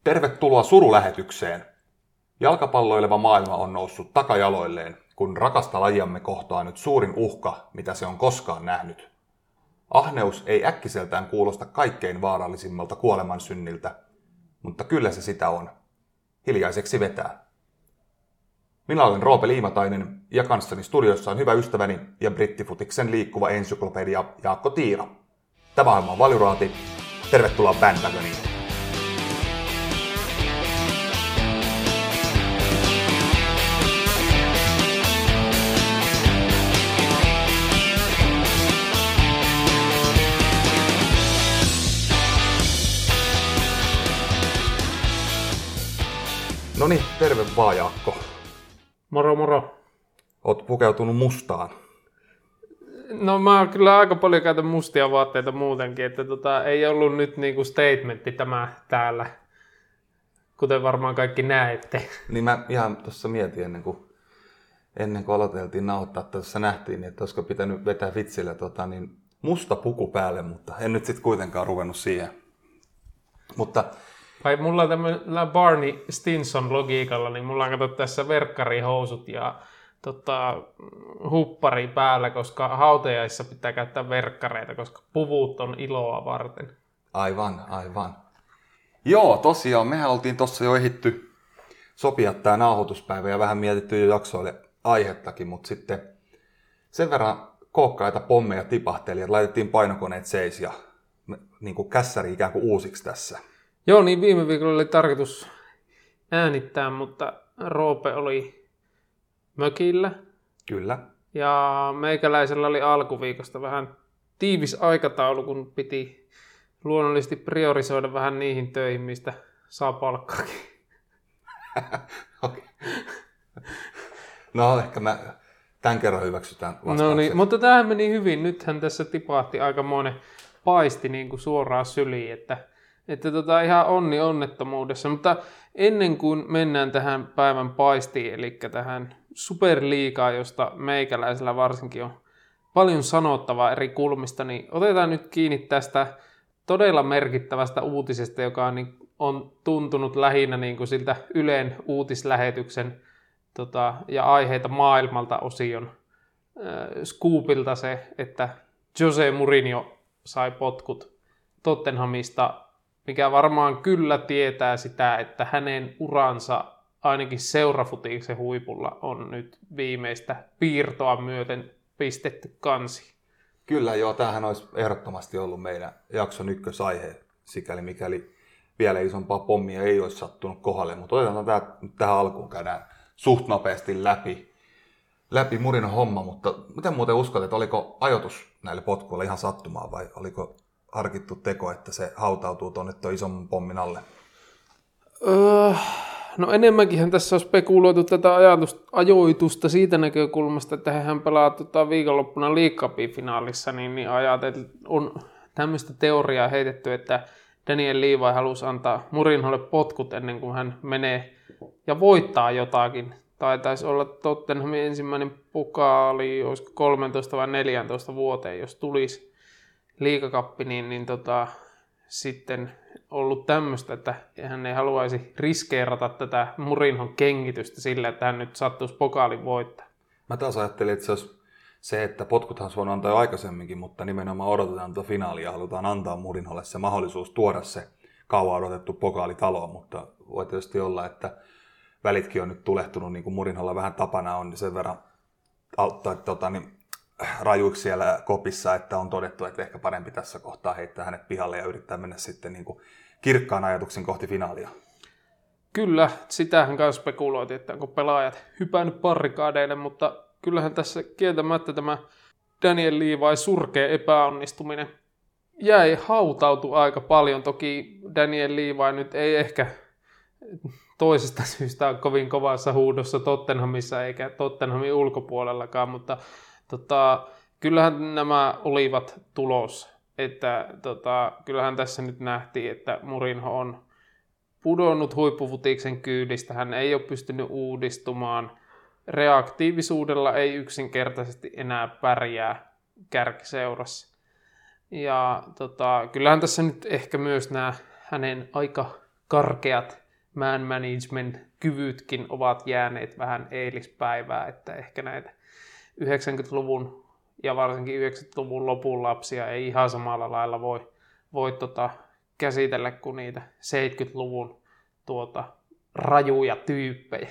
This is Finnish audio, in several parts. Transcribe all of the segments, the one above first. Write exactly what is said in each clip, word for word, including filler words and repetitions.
Tervetuloa surulähetykseen. Jalkapalloileva maailma on noussut takajaloilleen, kun rakasta lajiamme kohtaa nyt suurin uhka, mitä se on koskaan nähnyt. Ahneus ei äkkiseltään kuulosta kaikkein vaarallisimmalta kuolemansynniltä, mutta kyllä se sitä on. Hiljaiseksi vetää. Minä olen Roope Liimatainen ja kanssani studiossa on hyvä ystäväni ja brittifutiksen liikkuva ensyklopedia Jaakko Tiira. Tämä on Valyraati. Tervetuloa Bandwagoniin. No niin, terve vaan Jaakko. Moro moro. Oot pukeutunut mustaan. No mä kyllä aika paljon käytän mustia vaatteita muutenkin, että tota, ei ollut nyt niinku statementti tämä täällä, kuten varmaan kaikki näette. Niin mä ihan tuossa mietin ennen kuin, ennen kuin aloiteltiin nauhoittaa, että tuossa nähtiin, että olisiko pitänyt vetää vitsillä tota, niin musta puku päälle, mutta en nyt sitten kuitenkaan ruvennut siihen. Mutta vai mulla on tämmöllä Barney Stinson logiikalla, niin mulla on kato tässä verkkarihousut ja tota, huppari päällä, koska hautajaissa pitää käyttää verkkareita, koska puvut on iloa varten. Aivan, aivan. Joo, tosiaan, mehän oltiin tuossa jo ehditty sopia tää nauhoituspäivä ja vähän mietitty jo jaksoille aihettakin, mutta sitten sen verran kookkaita pommeja tipahteli, että laitettiin painokoneet seis ja niin kuin kässäri ikään kuin uusiksi tässä. Joo, niin viime viikolla oli tarkoitus äänittää, mutta Roope oli mökillä. Kyllä. Ja meikäläisellä oli alkuviikosta vähän tiivis aikataulu, kun piti luonnollisesti priorisoida vähän niihin töihin, mistä saa palkkaakin. Okay. No ehkä mä tämän kerran hyväksytään vastaukset. No niin, mutta tämähän meni hyvin. Nythän tässä tipahti aikamoinen paisti niin kuin suoraan syliin, että Että tota, ihan onni onnettomuudessa, mutta ennen kuin mennään tähän päivän paistiin, eli tähän superliigaan, josta meikäläisellä varsinkin on paljon sanottavaa eri kulmista, niin otetaan nyt kiinni tästä todella merkittävästä uutisesta, joka on, niin, on tuntunut lähinnä niin kuin siltä Ylen uutislähetyksen tota, ja aiheita maailmalta osion äh, scoopilta se, että Jose Mourinho sai potkut Tottenhamista, mikä varmaan kyllä tietää sitä, että hänen uransa ainakin seurafutiksen huipulla on nyt viimeistä piirtoa myöten pistetty kansi. Kyllä joo, tämähän olisi ehdottomasti ollut meidän jakson ykkösaihe, sikäli mikäli vielä isompaa pommia ei olisi sattunut kohdalle, mutta otetaan tämä nyt tähän alkuun, käydään suht nopeasti läpi, läpi Mourinhon homma, mutta miten muuten uskot, että oliko ajoitus näille potkuille ihan sattumaa vai oliko harkittu teko, että se hautautuu tuonne tuon isomman pommin alle? Öö, no enemmänkin tässä on spekuloitu tätä ajatusta, ajoitusta siitä näkökulmasta, että hän pelaa tota viikonloppuna League Cupin finaalissa, niin, niin ajatellaan, on tämmöistä teoriaa heitetty, että Daniel Levy halusi antaa Mourinholle potkut ennen kuin hän menee ja voittaa jotakin. Tai taisi olla Tottenhamin ensimmäinen pokaali, olisiko kolmetoista vai neljätoista vuoteen, jos tulisi liigakappi, niin, niin tota, sitten ollut tämmöistä, että hän ei haluaisi riskeerata tätä Mourinhon kengitystä sillä, että hän nyt sattuisi pokaalin voittaa. Mä taas ajattelin, että se olisi se, että potkuthan se on antaa jo aikaisemminkin, mutta nimenomaan odotetaan tuota finaalia ja halutaan antaa Mourinholle se mahdollisuus tuoda se kauan odotettu pokaali taloon, mutta voi tietysti olla, että välitkin on nyt tulehtunut, niin kuin Mourinholla vähän tapana on, niin sen verran auttaa, että tota, niin rajuiksi siellä kopissa, että on todettu, että ehkä parempi tässä kohtaa heittää hänet pihalle ja yrittää mennä sitten niin kuin kirkkaan ajatuksen kohti finaalia. Kyllä, sitähän kanssa spekuloitiin, että onko pelaajat hypännyt barrikaadeille, mutta kyllähän tässä kieltämättä tämä Daniel Levy surkea epäonnistuminen jäi hautautu aika paljon. Toki Daniel Levy nyt ei ehkä toisesta syystä ole kovin kovassa huudossa Tottenhamissa eikä Tottenhamin ulkopuolellakaan, mutta Tota, kyllähän nämä olivat tulos, että tota, kyllähän tässä nyt nähtiin, että Mourinho on pudonnut huippufutiksen kyydistä, hän ei ole pystynyt uudistumaan, reaktiivisuudella ei yksinkertaisesti enää pärjää kärkiseurassa. Ja tota, kyllähän tässä nyt ehkä myös nämä hänen aika karkeat man management-kyvytkin ovat jääneet vähän eilispäivää, että ehkä näitä yhdeksänkymmentäluvun ja varsinkin yhdeksänkymmentäluvun lopun lapsia ei ihan samalla lailla voi, voi tota, käsitellä kuin niitä seitsemänkymmentäluvun tuota, rajuja tyyppejä.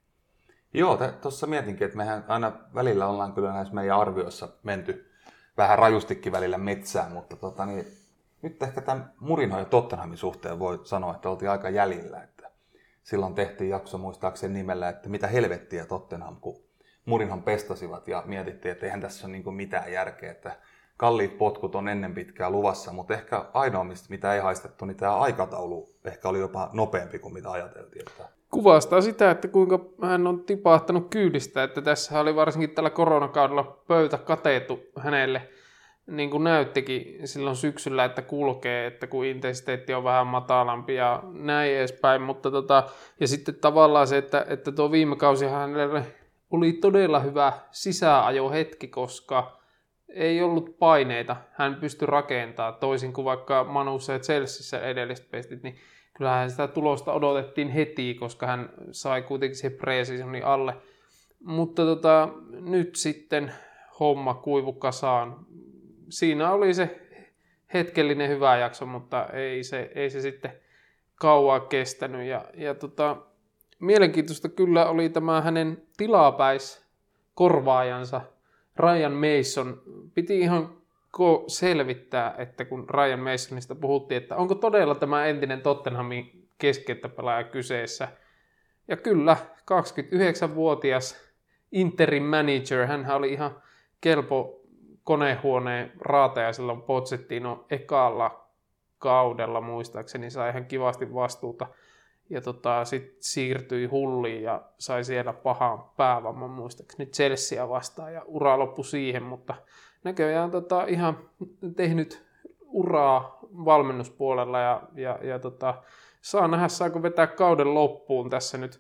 Joo, tuossa mietinkin, että mehän aina välillä ollaan kyllä näissä meidän arvioissa menty vähän rajustikin välillä metsään, mutta tota, niin, nyt ehkä tämän Mourinhon ja Tottenhamin suhteen voi sanoa, että oltiin aika jäljillä. Että silloin tehtiin jakso muistaakseni nimellä, että mitä helvettiä Tottenham, kun Mourinhon pestasivat ja mietittiin, että eihän tässä ole niin kuin mitään järkeä, että kalliit potkut on ennen pitkää luvassa, mutta ehkä ainoa, mitä ei haistettu, niin tämä aikataulu ehkä oli jopa nopeampi kuin mitä ajateltiin. Että kuvastaa sitä, että kuinka hän on tipahtanut kyydistä, että tässä oli varsinkin tällä koronakaudella pöytä katettu hänelle, niin kuin näyttikin silloin syksyllä, että kulkee, että kun intensiteetti on vähän matalampi ja näin edespäin, mutta tota, ja sitten tavallaan se, että, että tuo viime kausi hänelle oli todella hyvä sisäajohetki, koska ei ollut paineita, hän pystyi rakentamaan toisin kuin vaikka Manussa ja Chelseassa edelliset pestit, niin kyllähän sitä tulosta odotettiin heti, koska hän sai kuitenkin se pre-seasonin alle. Mutta tota, nyt sitten homma kuivu kasaan. Siinä oli se hetkellinen hyvä jakso, mutta ei se, ei se sitten kauaa kestänyt. Ja, ja tota, mielenkiintoista kyllä oli tämä hänen tilapäiskorvaajansa Ryan Mason. Piti ihan selvittää, että kun Ryan Masonista puhuttiin, että onko todella tämä entinen Tottenhamin keskenttäpelaaja kyseessä. Ja kyllä, kaksikymmentäyhdeksänvuotias interim manager, hän oli ihan kelpo konehuoneen raataja silloin Pochettino ekalla kaudella muistaakseni, sai ihan kivasti vastuuta. Ja tota, sitten siirtyi Hulliin ja sai siellä pahan päävamman muistaakseni Chelsea vastaan ja ura loppui siihen, mutta näköjään tota, ihan tehnyt uraa valmennuspuolella ja, ja, ja tota, saa nähdä, saako vetää kauden loppuun. Tässä nyt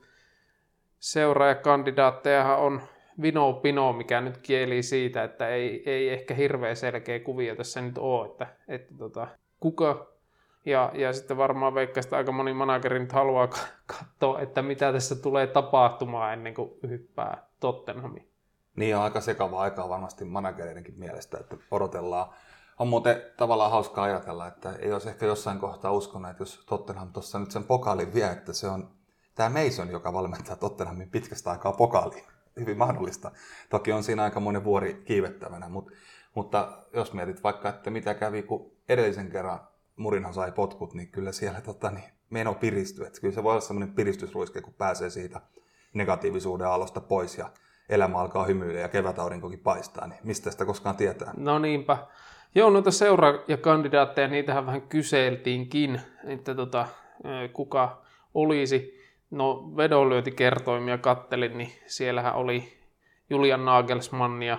seuraajakandidaattejahan on vino pino, mikä nyt kieli siitä, että ei, ei ehkä hirveän selkeä kuvio tässä nyt ole, että, että tota, kuka, ja, ja sitten varmaan veikkaista aika moni manageri nyt haluaa katsoa, että mitä tässä tulee tapahtumaan ennen kuin hyppää Tottenhamiin. Niin on aika sekavaa aikaa varmasti managereidenkin mielestä, että odotellaan. On muuten tavallaan hauskaa ajatella, että ei olisi ehkä jossain kohtaa uskonut, että jos Tottenham tuossa nyt sen pokaalin vie, että se on tämä Mason, joka valmentaa Tottenhamin pitkästä aikaa pokaaliin. Hyvin mahdollista. Toki on siinä aika monen vuori kiivettävänä, mutta, mutta jos mietit vaikka, että mitä kävi, kun edellisen kerran Mourinho sai potkut, niin kyllä siellä tota, niin meno piristyy. Että kyllä se voi olla sellainen piristysruiske, kun pääsee siitä negatiivisuuden alosta pois ja elämä alkaa hymyillä ja kevätaurinkokin paistaa, niin mistä sitä koskaan tietää? No niinpä. Joo, noita seuraajakandidaatteja, niitähän vähän kyseltiinkin, että tota, kuka olisi. No vedonlyöntikertoimia kattelin, niin siellähän oli Julian Nagelsmannia,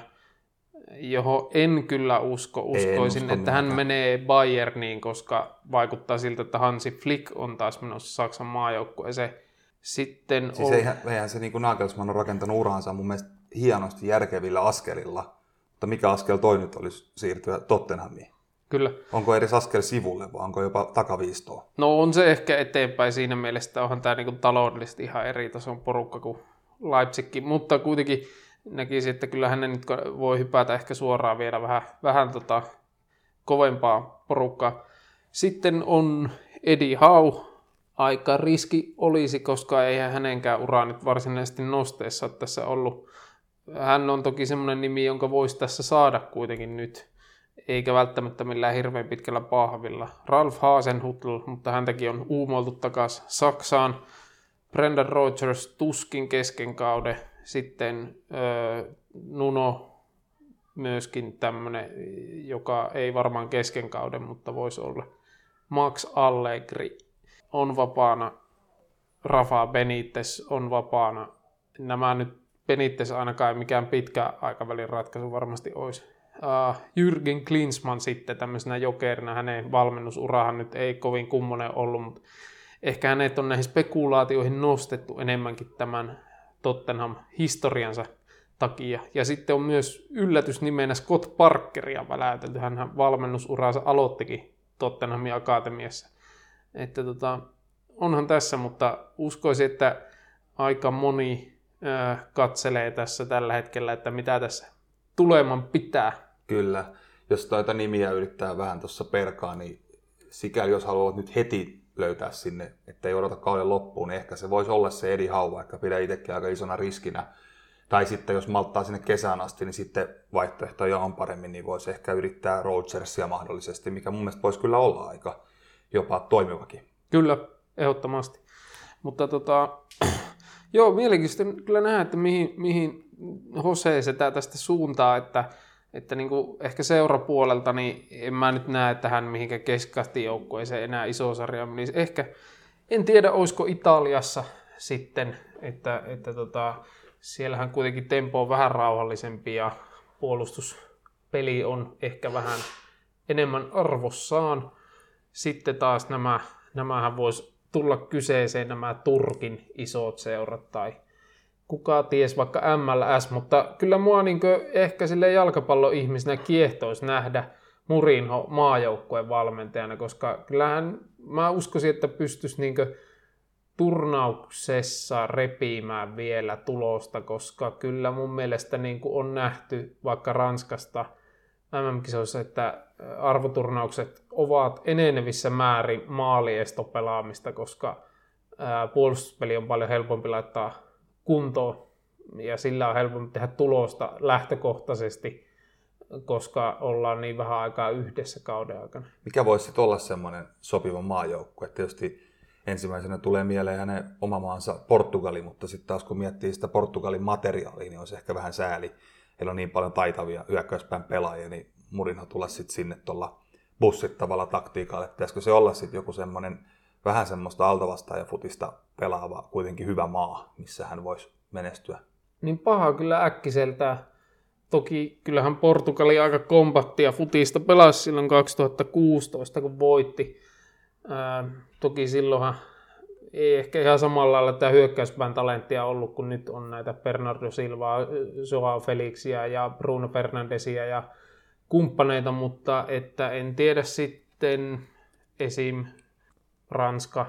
johon en kyllä usko. Uskoisin, usko että hän menee Bayerniin, koska vaikuttaa siltä, että Hansi Flick on taas menossa Saksan maajoukkueeseen. Sitten siis on... eihän, eihän se niin kuin Nagelsmann on rakentanut uraansa mun mielestä hienosti järkevillä askelilla, mutta mikä askel toi nyt olisi siirtyä Tottenhamiin? Kyllä. Onko edes askel sivulle vai onko jopa takaviistoa? No on se ehkä eteenpäin siinä mielessä, että onhan tämä niinku taloudellisesti ihan eri tason porukka kuin Leipzigkin, mutta kuitenkin näkisin, että kyllä hänen nyt voi hypätä ehkä suoraan vielä vähän, vähän tota kovempaa porukkaa. Sitten on Eddie Howe. Aika riski olisi, koska eihän hänenkään uraa nyt varsinaisesti nosteessa ole tässä ollut. Hän on toki semmoinen nimi, jonka voisi tässä saada kuitenkin nyt, eikä välttämättä millään hirveän pitkällä pahvilla. Ralf Hasenhüttl, mutta häntäkin on uumoiltu takaisin Saksaan. Brendan Rodgers tuskin kesken kauden. Sitten äh, Nuno myöskin tämmöinen, joka ei varmaan kesken kauden, mutta voisi olla. Max Allegri on vapaana. Rafa Benitez on vapaana. Nämä nyt Benitez ainakaan ei mikään pitkä aikavälin ratkaisu varmasti olisi. Uh, Jürgen Klinsmann sitten tämmöisenä jokerina, hänen valmennusurahan nyt ei kovin kummonen ollut, mutta ehkä hänet on näihin spekulaatioihin nostettu enemmänkin tämän Tottenham-historiansa takia. Ja sitten on myös yllätysnimenä Scott Parkeria väläytelty, hän valmennusuraansa aloittikin Tottenhamin akatemiassa. Että tota, onhan tässä, mutta uskoisin, että aika moni äh, katselee tässä tällä hetkellä, että mitä tässä tuleman pitää. Kyllä. Jos noita nimiä yrittää vähän tuossa perkaa, niin sikäli jos haluat nyt heti löytää sinne, ettei odota kauden loppuun, niin ehkä se voisi olla se Eddie Howe, vaikka pidän itsekin aika isona riskinä. Tai sitten jos malttaa sinne kesään asti, niin sitten vaihtoehtoja on paremmin, niin voisi ehkä yrittää Rodgersia mahdollisesti, mikä mun mielestä voisi kyllä olla aika jopa toimivakin. Kyllä, ehdottomasti. Mutta tota, joo, mielenkiintoista kyllä nähdä, että mihin, mihin Jose sitä tästä suuntaa, että, että niin kuin ehkä seurapuolelta, niin en mä nyt näe tähän mihinkä keskikasti-joukkueeseen enää iso-sarja. Niin ehkä, en tiedä, olisiko Italiassa sitten, että, että tota, siellähän kuitenkin tempo on vähän rauhallisempi ja puolustuspeli on ehkä vähän enemmän arvossaan. Sitten taas nämä, nämähän vois tulla kyseeseen nämä Turkin isot seurat tai kuka ties vaikka M L S, mutta kyllä mua niin ehkä sille jalkapalloihmisenä kiehtoisi nähdä Mourinho maajoukkueen valmentajana, koska kyllähän mä uskoisin, että pystyisi niin turnauksessa repimään vielä tulosta, koska kyllä mun mielestä niin on nähty vaikka Ranskasta M M-kisoissa, että arvoturnaukset ovat enenevissä määrin maaliestopelaamista, koska puolustuspeli on paljon helpompi laittaa kuntoon ja sillä on helpompi tehdä tulosta lähtökohtaisesti, koska ollaan niin vähän aikaa yhdessä kauden aikana. Mikä voisi olla semmoinen sopiva maajoukkue? Tietysti ensimmäisenä tulee mieleen hänen oma maansa Portugali, mutta sitten taas kun miettii sitä Portugalin materiaalia, niin on se ehkä vähän sääli. Heillä on niin paljon taitavia hyökkäyspään pelaajia, niin Mourinho tulla sitten sinne tuolla bussittavalla taktiikalla. Että pitäisikö se olla sitten joku semmoinen vähän semmoista altavastaajafutista pelaava, kuitenkin hyvä maa, missä hän voisi menestyä? Niin paha kyllä äkkiseltä. Toki kyllähän Portugali aika kompaktia futista pelasi silloin kaksituhattakuusitoista, kun voitti. Ää, toki silloinhan ei ehkä ihan samalla lailla tämä hyökkäyspään talenttia ollut, kun nyt on näitä Bernardo Silvaa, Joao Felixia ja Bruno Fernandesia ja kumppaneita, mutta että en tiedä sitten esim. Ranska,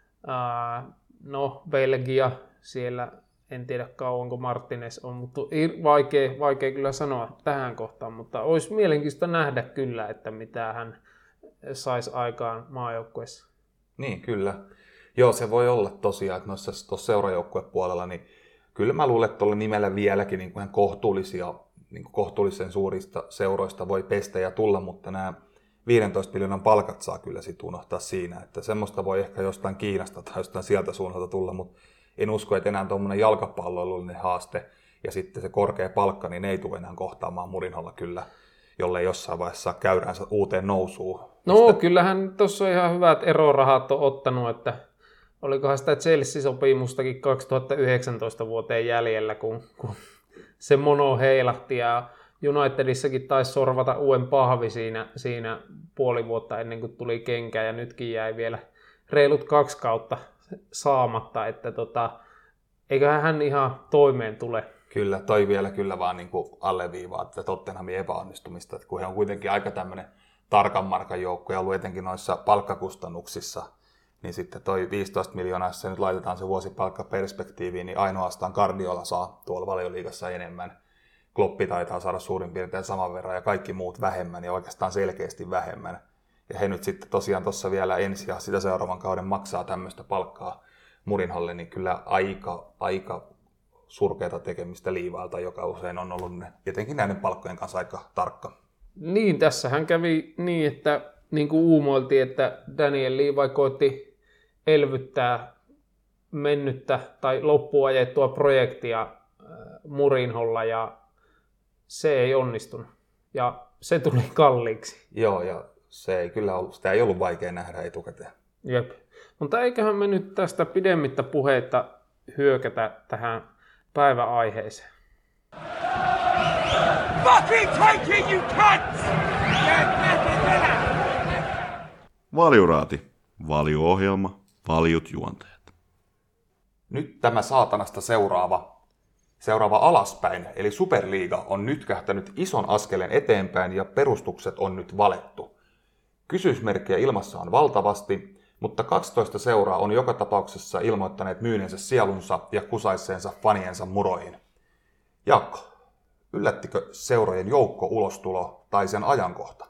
ää, no Belgia, siellä en tiedä kauanko Martinez on, mutta vaikea, vaikea kyllä sanoa tähän kohtaan, mutta olisi mielenkiintoista nähdä kyllä, että mitä hän saisi aikaan maajoukkueessa. Niin, kyllä. Joo, se voi olla tosiaan, että noissa tuossa seurajoukkuepuolella, niin kyllä mä luulen, että tuolla nimellä vieläkin niin kuin kohtuullisia, niin kuin kohtuullisen suurista seuroista voi pestejä tulla, mutta nämä viidentoista miljoonan palkat saa kyllä sitten unohtaa siinä, että semmoista voi ehkä jostain Kiinasta tai jostain sieltä suunnalta tulla, mutta en usko, että enää tuommoinen jalkapalloilullinen haaste ja sitten se korkea palkka, niin ei tule enää kohtaamaan Mourinholla kyllä, jollei jossain vaiheessa käyräänsä uuteen nousuun. No Mistä... kyllähän tuossa on ihan hyvät erorahat on ottanut, että olikohan sitä Chelsea-sopimustakin kaksituhattayhdeksäntoista vuoteen jäljellä, kun, kun se mono heilahti ja Unitedissakin taisi sorvata uuden pahvi siinä, siinä puoli vuotta ennen kuin tuli kenkä ja nytkin jäi vielä reilut kaksi kautta saamatta, että tota, eiköhän hän ihan toimeen tule. Kyllä, toi vielä kyllä vaan niin kuin alleviivaa, että Tottenhamin epäonnistumista, että kun he on kuitenkin aika tämmöinen tarkan markan joukko ja ollut etenkin noissa palkkakustannuksissa, niin sitten toi viisitoista miljoonaa, jos se nyt laitetaan se vuosipalkka perspektiiviin, niin ainoastaan Guardiola saa tuolla Valioliigassa enemmän. Kloppi taitaa saada suurin piirtein saman verran ja kaikki muut vähemmän ja oikeastaan selkeästi vähemmän. Ja he nyt sitten tosiaan tuossa vielä ensi ja sitä seuraavan kauden maksaa tämmöistä palkkaa Mourinholle, niin kyllä aika, aika surkeata tekemistä liivaalta, joka usein on ollut ne, etenkin näiden palkkojen kanssa aika tarkka. Niin, tässähän kävi niin, että niin kuin uumoiltiin, että Daniel Levy koitti elvyttää mennyttä tai loppuun ajettua projektia Mourinholla ja se ei onnistunut. Ja se tuli kalliiksi. Joo, ja se ei kyllä ollut, sitä ei ollut vaikea nähdä etukäteen. Jep. Mutta eiköhän me nyt tästä pidemmittä puheita hyökätä tähän päiväaiheeseen. Fucking take it, you cunts! Valioraati. Valio-ohjelma. Valiut juonteet. Nyt tämä saatanasta seuraava, seuraava alaspäin, eli Superliiga on nyt kähtänyt ison askeleen eteenpäin ja perustukset on nyt valettu. Kysymysmerkkejä ilmassa on valtavasti, mutta kaksitoista seuraa on joka tapauksessa ilmoittaneet myyneensä sielunsa ja kusaisseensa faniensa muroihin. Jaakko, yllättikö seurojen joukko ulostulo tai sen ajankohta?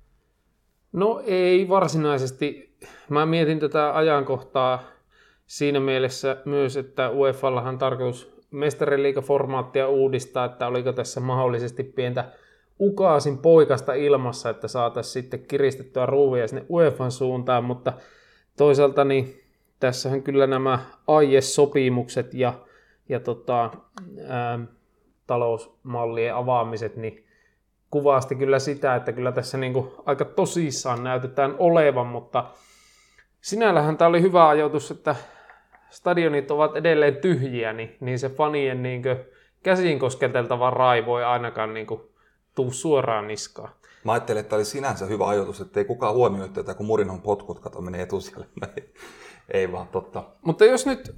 No ei varsinaisesti. Mä mietin tätä ajankohtaa siinä mielessä myös, että UEFallahan tarkoitus mestariliigaformaattia uudistaa, että oliko tässä mahdollisesti pientä ukaasin poikasta ilmassa, että saataisiin sitten kiristettyä ruuvia sinne UEFan suuntaan, mutta toisaalta niin tässähän kyllä nämä aiesopimukset ja, ja tota, ää, talousmallien avaamiset niin kuvasti kyllä sitä, että kyllä tässä niin kuin aika tosissaan näytetään olevan, mutta sinällähän tämä oli hyvä ajoitus, että stadionit ovat edelleen tyhjiä, niin, niin se fanien niin kuin käsiin kosketeltava raivo ei ainakaan niin kuin tuu suoraan niskaan. Mä ajattelin, että tämä oli sinänsä hyvä ajoitus, ettei kukaan huomioi tätä, kun Mourinhon potkut kato menee etusijalle. Ei vaan totta. Mutta jos nyt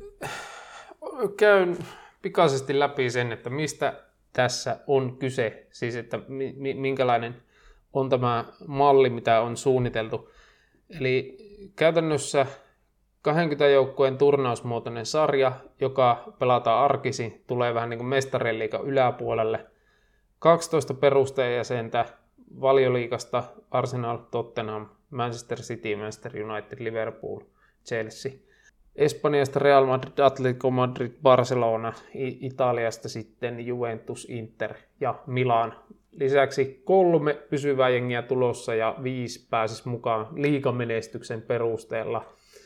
käyn pikaisesti läpi sen, että mistä tässä on kyse, siis että minkälainen on tämä malli, mitä on suunniteltu. Eli käytännössä kaksikymmentä joukkueen turnausmuotoinen sarja, joka pelataan arkisin, tulee vähän niin kuin mestarien liigan yläpuolelle. kaksitoista perustajajäsentä Valioliigasta Arsenal, Tottenham, Manchester City, Manchester United, Liverpool, Chelsea. Espanjasta Real Madrid, Atletico Madrid, Barcelona, Italiasta sitten Juventus, Inter ja Milan. Lisäksi kolme pysyvää jengiä tulossa ja viisi pääsisi mukaan liigamenestyksen perusteella.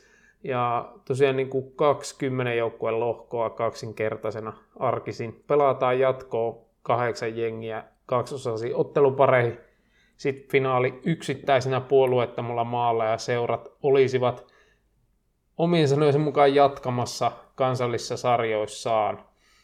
Ja tosiaan niin kuin kaksikymmentä joukkueen lohkoa kaksinkertaisena arkisin. Pelataan jatkoa kahdeksan jengiä kaksiosaisiin ottelupareihin. Sitten finaali yksittäisenä puolueettomalla maalla ja seurat olisivat omien sanojen mukaan jatkamassa kansallisissa sarjoissaan.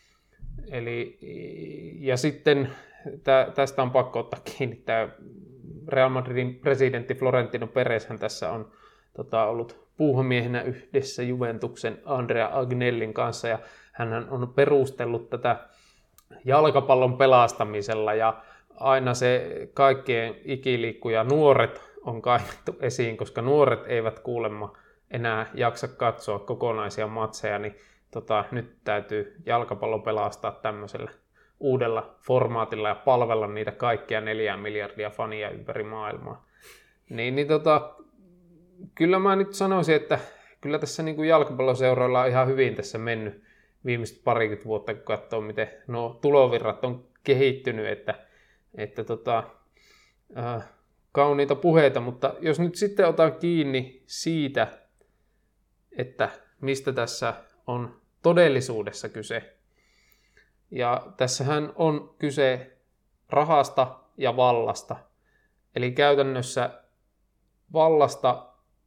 Eli, ja sitten tä, tästä on pakko ottaa kiinni. Tämä Real Madridin presidentti Florentino Perez hän tässä on tota, ollut puuhamiehenä yhdessä Juventuksen Andrea Agnellin kanssa. Ja hän on perustellut tätä jalkapallon pelastamisella ja aina se kaikkien ikiliikkuja nuoret on kaivettu esiin, koska nuoret eivät kuulemma enää jaksa katsoa kokonaisia matseja, niin tota, nyt täytyy jalkapallo pelastaa tämmöisellä uudella formaatilla ja palvella niitä kaikkia neljää miljardia fania ympäri maailmaa. Niin, niin tota, kyllä mä nyt sanoisin, että kyllä tässä niin kuin jalkapalloseuroilla on ihan hyvin tässä mennyt viimeiset parikymmentä vuotta, kun katsoo, miten nuo tulovirrat on kehittynyt, että, että tota, äh, kauniita puheita, mutta jos nyt sitten otan kiinni siitä, että mistä tässä on todellisuudessa kyse. Ja tässähän on kyse rahasta ja vallasta. Eli käytännössä vallasta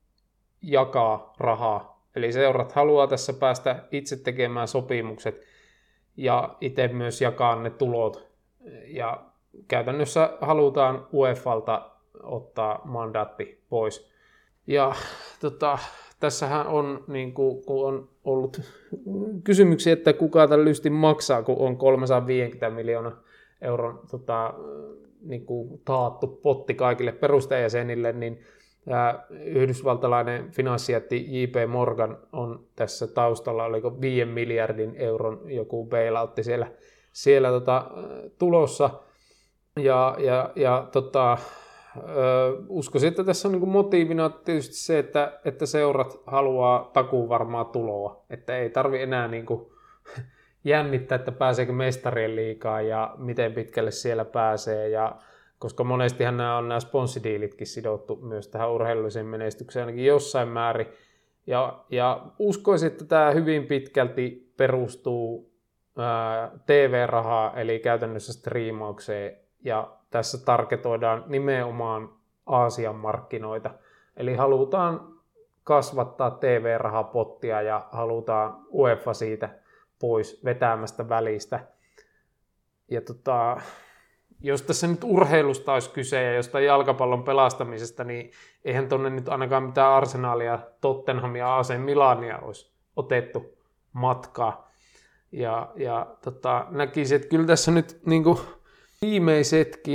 jakaa rahaa. Eli seurat haluaa tässä päästä itse tekemään sopimukset ja itse myös jakaa ne tulot. Ja käytännössä halutaan UEFalta ottaa mandaatti pois. Ja tota, tässähän on, niin kuin, kun on ollut kysymyksiä, että kuka tämän lystin maksaa, kun on kolmesataaviisikymmentä miljoonaa euron tota, niin kuin taattu potti kaikille perustajajäsenille, niin tämä yhdysvaltalainen finanssijätti J P Morgan on tässä taustalla, oliko viiden miljardin euron joku bailoutti siellä, siellä tota, tulossa. Ja, ja, ja tota, uskoisin, että tässä on niin kuin motiivina tietysti se, että, että seurat haluaa takuuvarmaa tuloa, että ei tarvitse enää niin kuin jännittää, että pääseekö mestarien liigaan ja miten pitkälle siellä pääsee, ja koska monestihan nämä on nämä sponssidiilitkin sidottu myös tähän urheilulliseen menestykseen ainakin jossain määrin, ja, ja uskoisin, että tämä hyvin pitkälti perustuu ää, T V-rahaa, eli käytännössä striimaukseen, ja tässä targetoidaan nimenomaan Aasian markkinoita. Eli halutaan kasvattaa T V-rahapottia ja halutaan UEFA siitä pois vetämästä välistä. Ja tota, jos tässä nyt urheilusta olisi kyse ja jostain jalkapallon pelastamisesta, niin eihän tuonne nyt ainakaan mitään Arsenalia, Tottenhamia ja A C Milania olisi otettu matkaa. Ja, ja tota, näkisin, että kyllä tässä nyt niin kuin viimeisetkin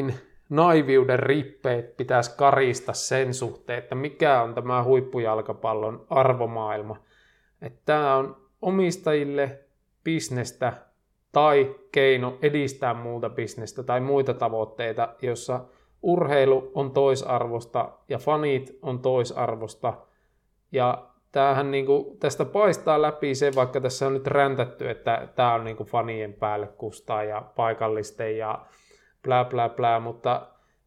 naiviuden rippeet pitäisi karista sen suhteen, että mikä on tämä huippujalkapallon arvomaailma. Että tämä on omistajille bisnestä tai keino edistää muuta bisnestä tai muita tavoitteita, jossa urheilu on toisarvosta ja fanit on toisarvosta. Ja tämähän niinku, tästä paistaa läpi se, vaikka tässä on nyt räntätty, että tämä on niinku fanien päälle kustaa ja paikallisten ja blää blää blää, mutta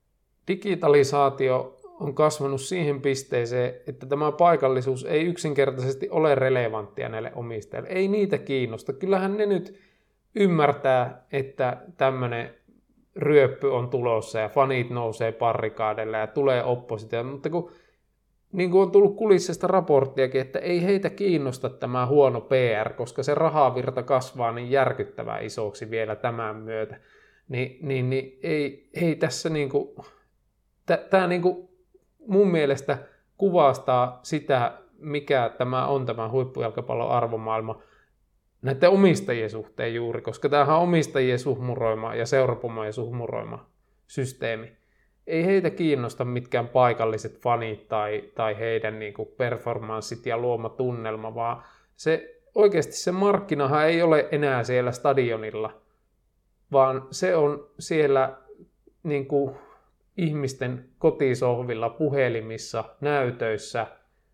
digitalisaatio on kasvanut siihen pisteeseen, että tämä paikallisuus ei yksinkertaisesti ole relevanttia näille omistajille. Ei niitä kiinnosta. Kyllähän ne nyt ymmärtää, että tämmöinen ryöppy on tulossa ja fanit nousee parrikaadelle ja tulee oppositio, mutta kun niin kuin on tullut kulissista raporttiakin, että ei heitä kiinnosta tämä huono P R, koska se rahavirta kasvaa niin järkyttävän isoksi vielä tämän myötä. Niin, niin, niin ei, ei tässä niinku, tämä niinku mun mielestä kuvastaa sitä, mikä tämä on tämä huippujalkapallon arvomaailma näiden omistajien suhteen juuri, koska tämähän on omistajien suhmuroima ja seurapomojen suhmuroima systeemi. Ei heitä kiinnosta mitkään paikalliset fanit tai, tai heidän niinku performanssit ja luoma tunnelma, vaan se, oikeasti se markkinahan ei ole enää siellä stadionilla, vaan se on siellä niin kuin ihmisten kotisohvilla, puhelimissa, näytöissä,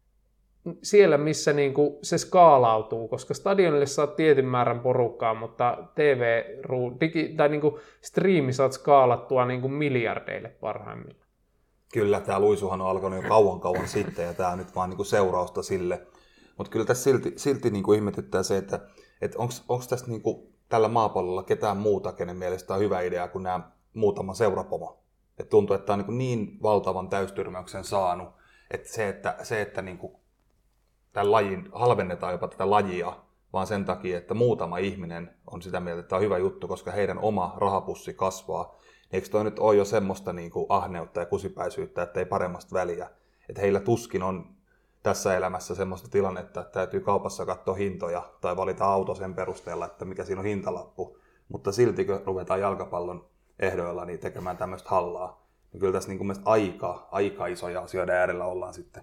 siellä missä niin kuin se skaalautuu, koska stadionille saat tietyn määrän porukkaa, mutta T V, digi, tai niin kuin striimi saat skaalattua niin kuin miljardeille parhaimmillaan. Kyllä, tämä luisuhan on alkanut jo kauan kauan sitten ja tämä on nyt vaan niin kuin seurausta sille. Mutta kyllä tässä silti, silti niin kuin ihmetyttää se, että, että onko tässä niin kuin tällä maapallolla ketään muuta, kenen mielestä on hyvä idea kuin nämä muutama seurapomo. Et tuntuu, että tämä on niin, niin valtavan täystyrmäyksen saanut, että se, että, se, että niin kuin tämän lajin, halvennetaan jopa tätä lajia, vaan sen takia, että muutama ihminen on sitä mieltä, että tämä on hyvä juttu, koska heidän oma rahapussi kasvaa. Eikö toi nyt ole jo semmoista niin kuin ahneutta ja kusipäisyyttä, että ei paremmasta väliä. Että heillä tuskin on tässä elämässä semmoista tilannetta, että täytyy kaupassa katsoa hintoja tai valita auto sen perusteella, että mikä siinä on hintalappu. Mutta silti kun ruvetaan jalkapallon ehdoilla niin tekemään tämmöistä hallaa, niin kyllä tässä niin kuin aika, aika isoja asioiden äärellä ollaan sitten.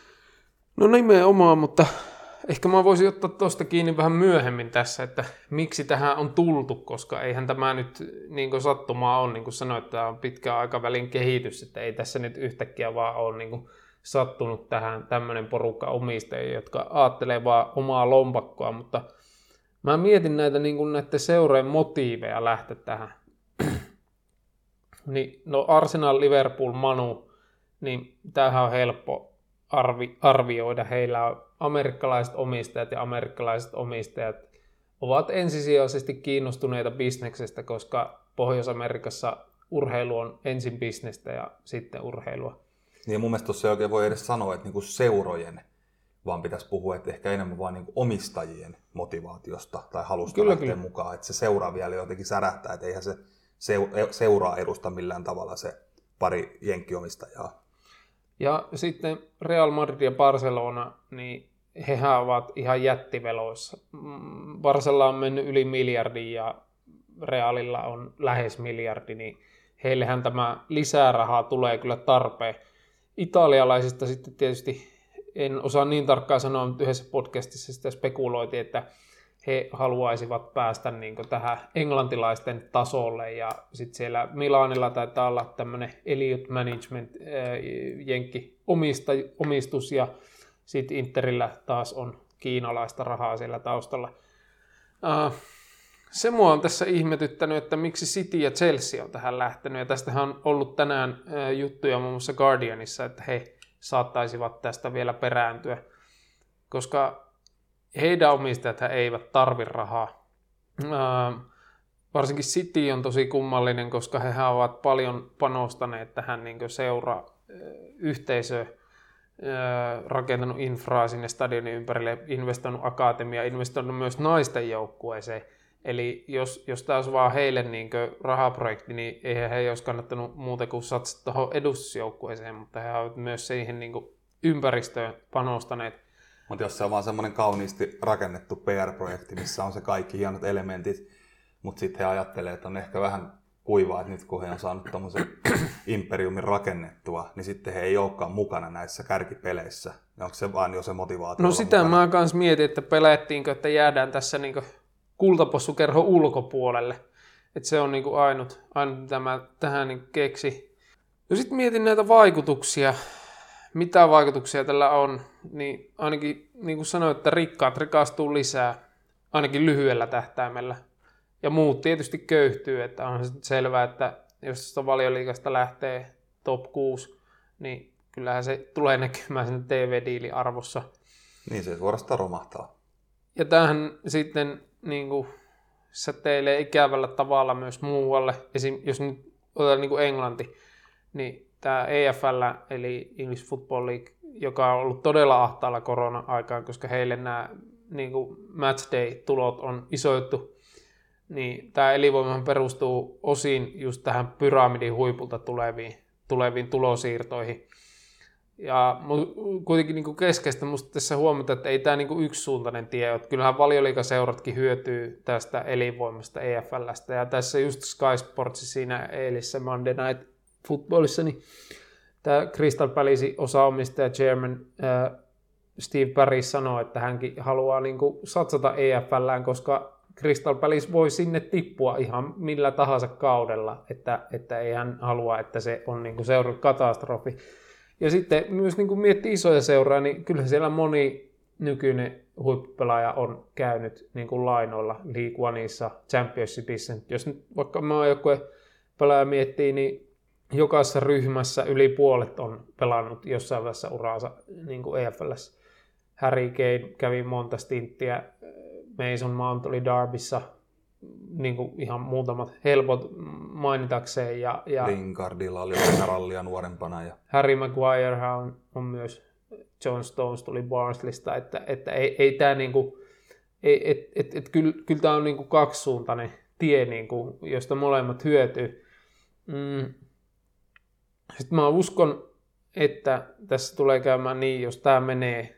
No nimenomaan, mutta ehkä mä voisin ottaa tuosta kiinni vähän myöhemmin tässä, että miksi tähän on tultu, koska eihän tämä nyt niin kuin sattumaa on, niin kuin sanoit, että tämä on pitkän aikavälin kehitys, että ei tässä nyt yhtäkkiä vaan ole niin kuin sattunut tähän tämmöinen porukka omistajia, jotka ajattelee vaan omaa lompakkoa, mutta mä mietin näitä niin kuin näiden seurojen motiiveja lähteä tähän. Niin, no Arsenal, Liverpool, Manu, niin tämähän on helppo arvi, arvioida. Heillä on amerikkalaiset omistajat ja amerikkalaiset omistajat ovat ensisijaisesti kiinnostuneita bisneksestä, koska Pohjois-Amerikassa urheilu on ensin bisnestä ja sitten urheilua. Niin ja mun mielestä tuossa ei oikein voi edes sanoa, että niinku seurojen, vaan pitäisi puhua, että ehkä enemmän vaan niinku omistajien motivaatiosta tai halusta kyllä, lähteä kyllä. mukaan. Että se seuraa vielä jotenkin särähtää, että eihän se seuraa edusta millään tavalla se pari jenkkiomistajaa. Ja sitten Real Madrid ja Barcelona, niin hehän ovat ihan jättiveloissa. Barcella on mennyt yli miljardin ja Realilla on lähes miljardi, niin heillehän tämä lisää rahaa tulee kyllä tarpeen. Italialaisista sitten tietysti en osaa niin tarkkaan sanoa, mutta yhdessä podcastissa sitä spekuloitiin, että he haluaisivat päästä niin kuin tähän englantilaisten tasolle ja sitten siellä Milanilla taitaa olla tämmöinen Elliott Management jenkki omistus ja sitten Interillä taas on kiinalaista rahaa siellä taustalla. Se mua on tässä ihmetyttänyt, että miksi City ja Chelsea on tähän lähtenyt ja tästähän on ollut tänään juttuja muun muassa Guardianissa, että he saattaisivat tästä vielä perääntyä, koska heidän omistajat eivät tarvi rahaa. Ää, varsinkin City on tosi kummallinen, koska he ovat paljon panostaneet tähän niin kuin seura-yhteisöön, rakentanut infraa sinne stadionin ympärille, investoinut akatemiaa, investoinut myös naisten joukkueeseen. Eli jos, jos tämä olisi vaan heille niin kuin rahaprojekti, niin eihän he olisi kannattanut muuta kuin satsata tuohon edustusjoukkueeseen, mutta he ovat myös siihen niin kuin ympäristöön panostaneet. Mutta jos se on vaan semmoinen kauniisti rakennettu P R-projekti, missä on se kaikki hienot elementit, mutta sitten he ajattelee, että on ehkä vähän kuivaa, että nyt kun he on saanut tommosen imperiumin rakennettua, niin sitten he ei olekaan mukana näissä kärkipeleissä. Onko se vaan jo se motivaatio? No sitä mukana? Mä kans mietin, että pelättiinkö, että jäädään tässä niinku kultapossukerhon ulkopuolelle. Että se on niinku ainut, ainut, mitä mä tähän niinku keksin. No sitten mietin näitä vaikutuksia. Mitä vaikutuksia tällä on? Niin ainakin niin kuin sanoin, että rikkaat rikastuu lisää, ainakin lyhyellä tähtäimellä. Ja muut tietysti köyhtyy, että onhan se selvää, että jos tuosta Valioliigasta lähtee top kuusi, niin kyllähän se tulee näkymään sen T V-diilin arvossa. Niin se suorastaan romahtaa. Ja tämähän sitten niin kuin säteilee ikävällä tavalla myös muualle. Esim. Jos nyt otetaan niin kuin Englanti, niin tämä E F L, eli English Football League, joka on ollut todella ahtaalla korona-aikaan, koska heille nämä niin kuin match day-tulot on iso juttu, niin tämä elinvoimahan perustuu osin just tähän pyramidin huipulta tuleviin, tuleviin tulosiirtoihin. Ja kuitenkin niin kuin keskeistä minusta tässä huomata, että ei tämä niin kuin yksisuuntainen tie ole. Kyllähän Valioliigaseuratkin hyötyy tästä elinvoimasta E F L:stä. Ja tässä just Sky Sports siinä eilisessä Monday Night Footballissa, niin tämä Crystal Palace osaomistaja chairman äh, Steve Barry sanoi, että hänkin haluaa niin kuin satsata E F L:ään, koska Crystal Palace voi sinne tippua ihan millä tahansa kaudella, että, että ei hän halua, että se on niin kuin seuran katastrofi. Ja sitten myös niin kuin miettii isoja seuraa, niin kyllä siellä moni nykyinen huippupelaaja on käynyt niin kuin lainoilla League Oneissa, Championshipissa. Jos nyt vaikka maajoukkueen pelaaja miettii, niin jokaisessa ryhmässä yli puolet on pelannut jossain vaiheessa uraansa niin kuin E F L:ssä. Harry Kane kävi monta stinttiä, Mason Mount oli Derbyssä, niin kuin ihan muutamat helpot mainitakseen. Ja, ja Lingardilla oli rallia nuorempana. Ja Harry Maguire on, on myös, John Stones tuli Barnsleysta, että, että ei, ei tämä niin kuin, ei, et, et, et, kyllä, kyllä tämä on niin kuin kaksisuuntainen tie, niin kuin, josta molemmat hyötyy. Mm. Sitten mä uskon, että tässä tulee käymään niin, jos tämä menee,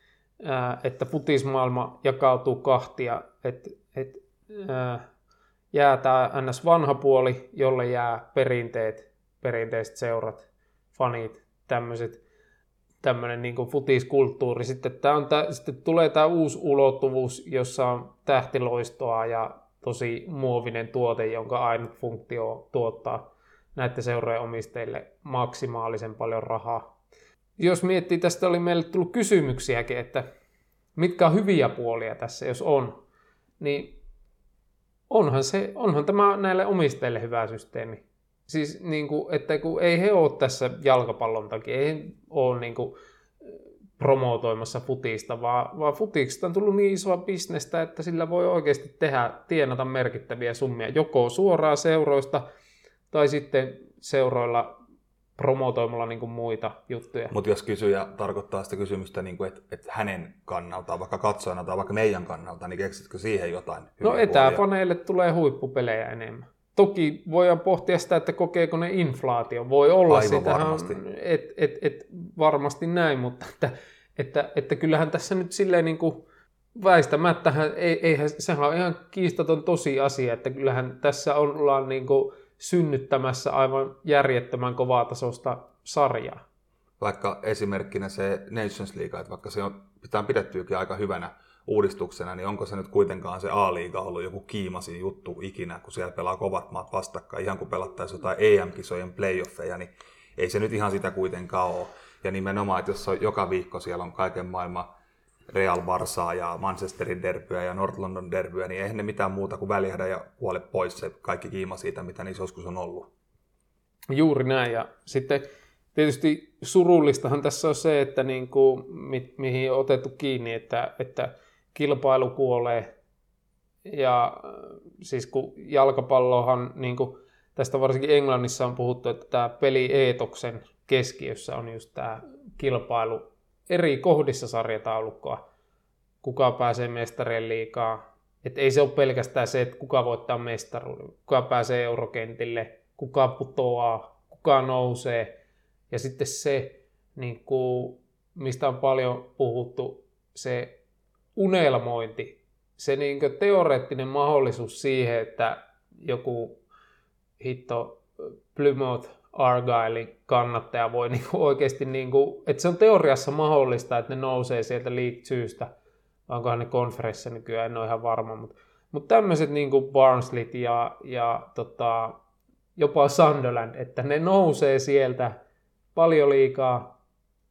ää, että futismaailma jakautuu kahtia, että et, ää, jää tämä N S vanha puoli, jolle jää perinteet, perinteiset seurat, fanit, tämmöiset, tämmöinen niin kuin futiskulttuuri. Sitten, tää on tää, sitten tulee tämä uusi ulottuvuus, jossa on tähtiloistoa ja tosi muovinen tuote, jonka ainut funktio on tuottaa näiden seurojen omistajille maksimaalisen paljon rahaa. Jos miettii, tästä oli meille tullut kysymyksiäkin, että mitkä on hyviä puolia tässä, jos on, niin onhan, se, onhan tämä näille omistajille hyvä systeemi. Siis, niin kuin, että kun ei he ole tässä jalkapallon takia, ei he ole niin kuin promotoimassa futista, vaan, vaan futiksesta on tullut niin isoa bisnestä, että sillä voi oikeasti tehdä, tienata merkittäviä summia, joko suoraan seuroista, tai sitten seuroilla promotoimalla niin kuin muita juttuja. Mutta jos kysyjä tarkoittaa sitä kysymystä, niin kuin, että, että hänen kannaltaan, vaikka katsojana tai vaikka meidän kannalta, niin keksitkö siihen jotain hyviä No etäfaneille tulee huippupelejä enemmän. Toki voidaan pohtia sitä, että kokeeko ne inflaatio. Voi olla aivan varmasti. Että et, et, varmasti näin, mutta että, että, että kyllähän tässä nyt silleen niin kuin väistämättähän, ei, eihän, sehän on ihan kiistaton tosiasia, että kyllähän tässä ollaan niin kuin synnyttämässä aivan järjettömän kovatasosta sarjaa. Vaikka esimerkkinä se Nations League, että vaikka se on pitää pidettyäkin aika hyvänä uudistuksena, niin onko se nyt kuitenkaan se A-liiga ollut joku kiimasin juttu ikinä, kun siellä pelaa kovat maat vastakkain, ihan kun pelattaisiin jotain E M-kisojen playoffeja, niin ei se nyt ihan sitä kuitenkaan ole. Ja nimenomaan, että jos on joka viikko siellä on kaiken maailman Real Barsaa ja Manchesterin derbyä ja North London derbyä, niin eihän ne mitään muuta kuin väljähdä ja kuole pois se kaikki kiima siitä, mitä niissä joskus on ollut. Juuri näin. Ja sitten tietysti surullistahan tässä on se, että niin kuin, mi- mihin on otettu kiinni, että, että kilpailu kuolee. Ja siis kun jalkapallohan, niin kuin tästä varsinkin Englannissa on puhuttu, että tämä peli-eetoksen keskiössä on just tämä kilpailu eri kohdissa sarjataulukkoa, kuka pääsee mestarien liigaan. Että ei se ole pelkästään se, että kuka voittaa mestaruuden, kuka pääsee eurokentille, kuka putoaa, kuka nousee. Ja sitten se, niin kuin, mistä on paljon puhuttu, se unelmointi, se niin kuin teoreettinen mahdollisuus siihen, että joku hitto Plymouth Argylein kannattaja voi niinku oikeasti, niinku, että se on teoriassa mahdollista, että ne nousee sieltä League Twosta, onkohan ne konferenssissa nykyään, en ole ihan varma, mutta, mutta tämmöiset niinku Barnsleyt ja, ja tota, jopa Sunderland, että ne nousee sieltä paljon liikaa,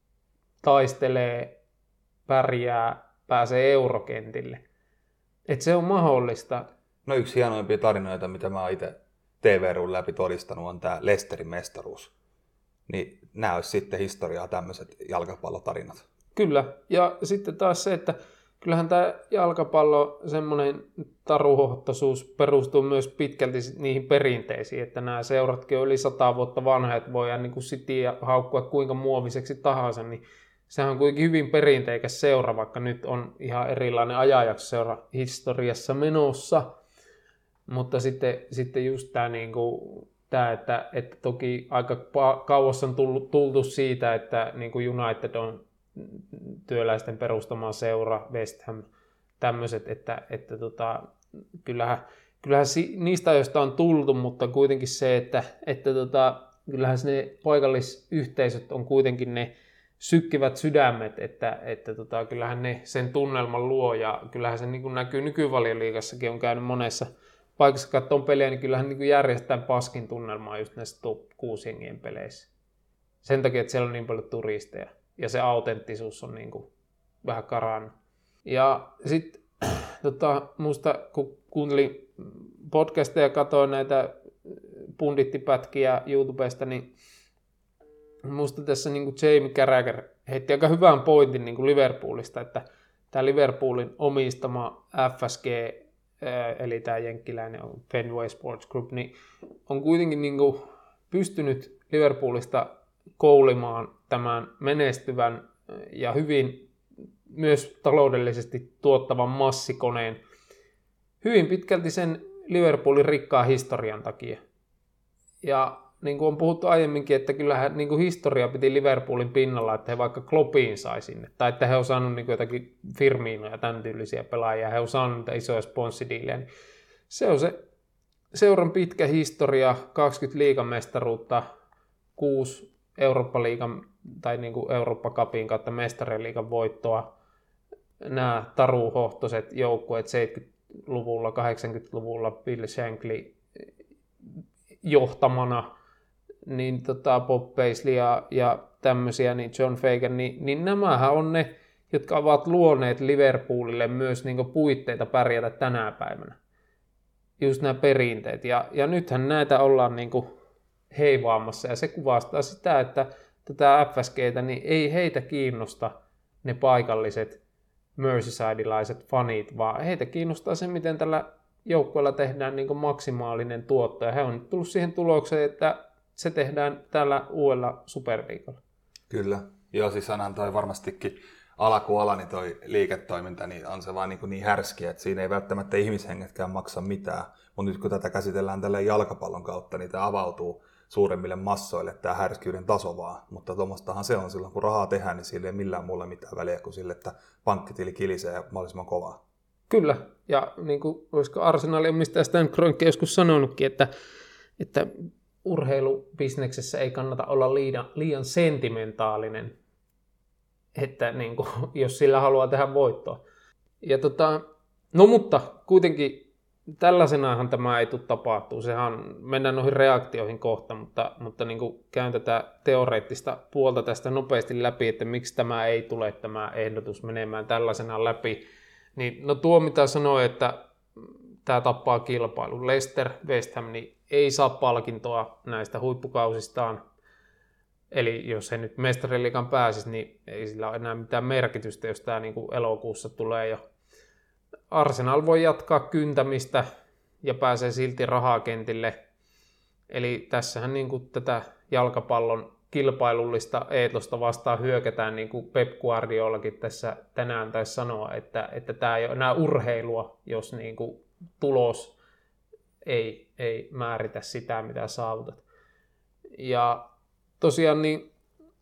taistelee, pärjää, pääsee eurokentille. Että se on mahdollista. No yksi hienoimpia tarinoita, mitä mä oon itse T V-ruun läpi todistanut, on tämä Leicesterin mestaruus. Niin nämä olisi sitten historiaa tämmöiset jalkapallotarinat. Kyllä, ja sitten taas se, että kyllähän tämä jalkapallo, semmoinen taruhohtoisuus perustuu myös pitkälti niihin perinteisiin, että nämä seuratkin on yli sata vuotta vanha, että voidaan niin kuin Cityä haukkua kuinka muoviseksi tahansa, niin sehän on kuitenkin hyvin perinteikäs seura, vaikka nyt on ihan erilainen ajanjakso seura historiassa menossa. Mutta sitten, sitten just tämä, niin kuin, tämä että, että toki aika kauas on tullut, tultu siitä, että niin kuin United on työläisten perustama seura, West Ham, tämmöiset, että, että tota, kyllähän, kyllähän si, niistä ajoista on tultu, mutta kuitenkin se, että, että tota, kyllähän ne paikallisyhteisöt on kuitenkin ne sykkivät sydämet, että, että tota, kyllähän ne sen tunnelman luo, ja kyllähän se niin kuin näkyy nykyvalioliigassakin, on käynyt monessa paikassa katsomaan pelejä, niin kyllähän niin kuin järjestetään paskin tunnelmaa just näissä top kuusi jengien peleissä. Sen takia, että siellä on niin paljon turisteja. Ja se autenttisuus on niin kuin vähän karannut. Ja sitten tota, musta, kun kuuntelin podcasteja ja katsoin näitä pundittipätkiä YouTubesta, niin musta tässä niin kuin Jamie Carragher heitti aika hyvän pointin niin kuin Liverpoolista, että tämä Liverpoolin omistama F S G, eli tämä jenkkiläinen Fenway Sports Group, niin on kuitenkin niin kuin pystynyt Liverpoolista koulimaan tämän menestyvän ja hyvin myös taloudellisesti tuottavan massikoneen hyvin pitkälti sen Liverpoolin rikkaan historian takia. Ja niin kuin on puhuttu aiemminkin, että kyllähän niin kuin historia piti Liverpoolin pinnalla, että he vaikka Kloppiin sai sinne, tai että he on saanut niin kuin jotakin Firminoja ja tämän tyylisiä pelaajia, he on saanut niitä isoja sponssidiilejä. Niin se on se seuran pitkä historia, kaksikymmentä liigamestaruutta, kuusi Eurooppa-liigan tai niin kuin Eurooppa-cupin kautta mestariliigan voittoa, nämä taruhohtoiset joukkueet seitsemänkymmentäluvulla, kahdeksankymmentäluvulla Bill Shankly johtamana, niin tota Bob Paisley ja, ja tämmöisiä, niin John Fagan, niin, niin nämähän on ne, jotka ovat luoneet Liverpoolille myös niin kuin puitteita pärjätä tänä päivänä. Just nämä perinteet. Ja, ja nythän näitä ollaan niin kuin heivaamassa, ja se kuvastaa sitä, että tätä F S G:tä, niin ei heitä kiinnosta ne paikalliset Merseysidelaiset fanit, vaan heitä kiinnostaa se, miten tällä joukkueella tehdään niin kuin maksimaalinen tuotto, ja he on nyt tullut siihen tulokseen, että se tehdään tällä uudella superliigalla. Kyllä. Joo, siis onhan toi varmastikin alakuala, niin toi liiketoiminta, niin on se vaan niin, niin härskiä, että siinä ei välttämättä ihmishengetkään maksa mitään. Mutta nyt kun tätä käsitellään tällä jalkapallon kautta, niin tämä avautuu suuremmille massoille tämä härskyyden taso vaan. Mutta tuommoistahan se on silloin, kun rahaa tehdään, niin sillä ei millään muulla mitään väliä kuin sille, että pankkitili kilisee ja mahdollisimman kovaa. Kyllä, ja niin kuin olisiko Arsenalin omistaja Stan Kroenke joskus sanonutkin, että, että urheilubisneksessä ei kannata olla liian, liian sentimentaalinen, että niin kuin, jos sillä haluaa tehdä voittoa. Ja tota, no mutta kuitenkin tällaisenahan tämä ei tule tapahtuu. Sehän mennään noihin reaktioihin kohta, mutta, mutta niin kuin käyn tätä teoreettista puolta tästä nopeasti läpi, että miksi tämä ei tule tämä ehdotus menemään tällaisena läpi. Niin, no tuo mitä sanoi, että tämä tappaa kilpailun. Leicester, West Ham niin ei saa palkintoa näistä huippukausistaan. Eli jos he nyt mestariliigan pääsisi, niin ei sillä ole enää mitään merkitystä, jos tämä niin kuin elokuussa tulee jo. Arsenal voi jatkaa kyntämistä ja pääsee silti rahakentille. Eli tässähän niin kuin tätä jalkapallon kilpailullista eetosta vastaan hyökätään, niin kuin Pep Guardiolakin tässä tänään taisi sanoa, että, että tämä ei ole enää urheilua, jos niin kuin tulos ei, ei määritä sitä, mitä saavutat. Ja tosiaan, niin,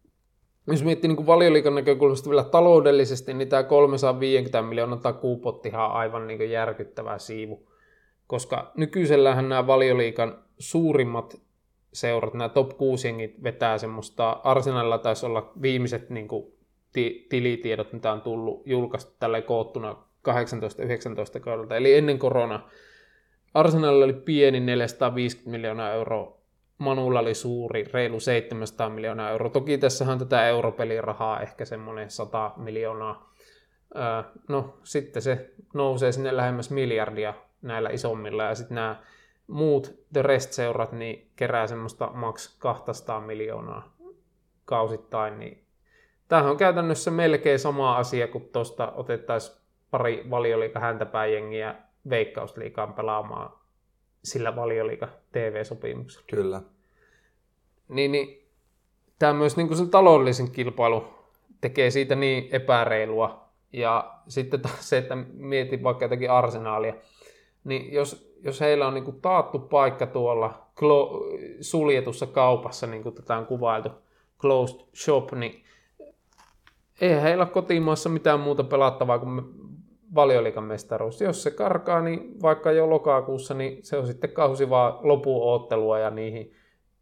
jos miettii niin kuin Valioliigan näkökulmasta vielä taloudellisesti, niin tämä kolmesataaviisikymmentä miljoonan takuupottihan on aivan niin kuin järkyttävä siivu, koska nykyisellähän nämä Valioliigan suurimmat seurat, nämä top kuusi jengit vetää semmoista, Arsenalilla taisi olla viimeiset niin kuin, ti- tilitiedot, mitä on tullut julkaistu tälleen koottuna kahdeksantoista yhdeksäntoista kaudelta, eli ennen koronaa. Arsenalilla oli pieni neljäsataaviisikymmentä miljoonaa euroa, Manulla oli suuri, reilu seitsemänsataa miljoonaa euroa. Toki tässähän on tätä europelirahaa, ehkä semmoinen sata miljoonaa. Öö, no sitten se nousee sinne lähemmäs miljardia näillä isommilla, ja sitten nämä muut The Rest-seurat niin kerää semmoista maks kaksisataa miljoonaa kausittain. Niin tämähän on käytännössä melkein sama asia, kun tuosta otettaisiin pari Valioliiga häntäpääjengiä Veikkausliigaan pelaamaan sillä Valioliiga T V-sopimuksella. Kyllä. Niin, niin tämä myös niin kuin sen taloudellisen kilpailu tekee siitä niin epäreilua. Ja sitten taas se, että mietin vaikka jotakin Arsenalia, niin jos, jos heillä on niin kuin taattu paikka tuolla klo, suljetussa kaupassa, niin kuin tätä on kuvailtu, closed shop, niin ei heillä ole kotimaassa mitään muuta pelattavaa kuin Valioliigan mestaruus. Jos se karkaa, niin vaikka jo lokakuussa, niin se on sitten kausi vaan lopuottelua ja niihin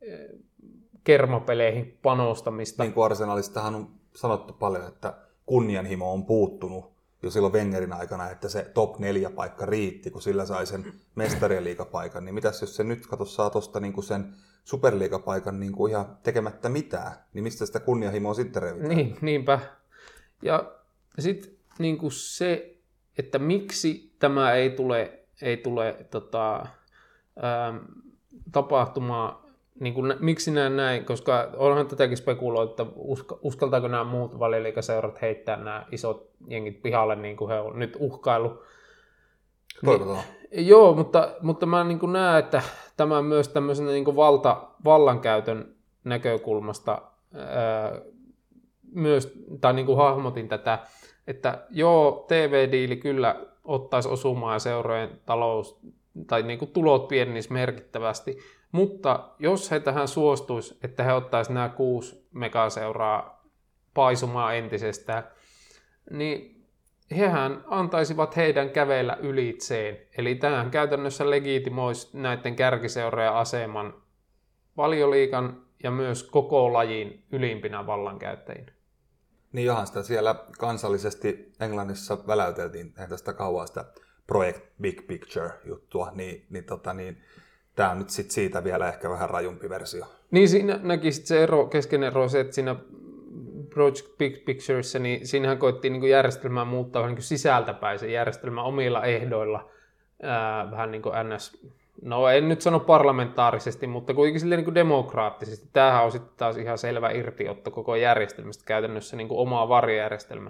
kermapeleihin panostamista. Niin kuin Arsenalistahan on sanottu paljon, että kunnianhimo on puuttunut jo silloin Wengerin aikana, että se top neljä paikka riitti, kun sillä sai sen mestarien liigapaikan. Niin mitäs jos se nyt kato saa tuosta niin sen superliigapaikan niin kuin ihan tekemättä mitään, niin mistä sitä kunnianhimoa sitten revitään? Niin, niinpä. Ja sitten niin kuin se, että miksi tämä ei tule, ei tule tota, ää, tapahtumaan, niin kuin, miksi näin näin, koska onhan tätäkin spekuloitu, että uska, uskaltaako nämä muut Valioliigaseurat heittää nämä isot jengit pihalle, niin kuin he on nyt uhkailu. Toivotaan. Niin, joo, mutta, mutta mä niin kuin näen, että tämä myös tämmöisen niin kuin valta, vallankäytön näkökulmasta ää, myös, tai niin kuin hahmotin tätä, että joo, T V-diili kyllä ottaisi osumaan ja seurojen talous tai niin kuin tulot pienisi merkittävästi, mutta jos he tähän suostuisi, että he ottaisi nämä kuusi megaseuraa paisumaan entisestään, niin hehän antaisivat heidän kävellä ylitseen. Eli tämähän käytännössä legitimoisi näiden kärkiseurojen aseman Valioliigan ja myös koko lajin ylimpinä vallankäyttäjinä. Niin johan sitä siellä kansallisesti Englannissa väläyteltiin tästä kauan sitä Project Big Picture-juttua, niin, niin, tota, niin tämä on nyt sit siitä vielä ehkä vähän rajumpi versio. Niin siinä näki sit se ero, keskeinen ero se, että siinä Project Big Picturessa, niin siinähän koettiin niin kuin järjestelmää muuttaa vähän niin kuin sisältäpäin se järjestelmä omilla ehdoilla, ää, vähän niin kuin N S, no en nyt sano parlamentaarisesti, mutta kuitenkin silleen niin kuin demokraattisesti. Tämähän on sitten taas ihan selvä irtiotto koko järjestelmästä, käytännössä niin kuin oma varjojärjestelmä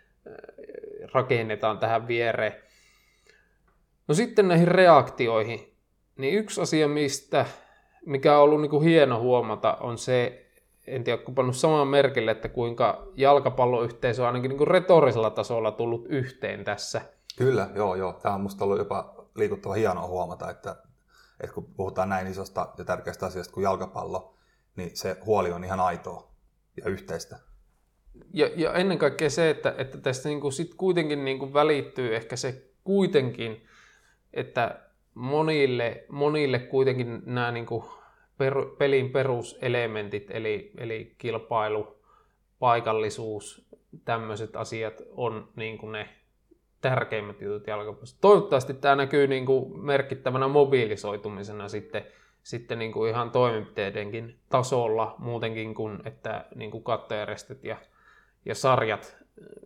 rakennetaan tähän viereen. No sitten näihin reaktioihin, niin yksi asia, mistä, mikä on ollut niin kuin hieno huomata, on se, en tiedä, kun pannut saman merkille, että kuinka jalkapalloyhteisö on ainakin niin kuin retorisella tasolla tullut yhteen tässä. Kyllä, joo, joo. Tämä on musta ollut jopa liikuttava hienoa huomata, että, että kun puhutaan näin isosta ja tärkeästä asiasta kuin jalkapallo, niin se huoli on ihan aitoa ja yhteistä. Ja, ja ennen kaikkea se, että, että tästä niin kuin sit kuitenkin niin kuin välittyy ehkä se kuitenkin, että monille, monille kuitenkin nämä niin kuin per, pelin peruselementit, eli, eli kilpailu, paikallisuus, tämmöiset asiat on niin kuin ne tärkeimmät jutut jalkapallossa. Toivottavasti tämä näkyy niin kuin merkittävänä mobiilisoitumisena sitten, sitten niin kuin ihan toimenpiteidenkin tasolla muutenkin kuin, että niin kuin kattojärjestöt ja, ja sarjat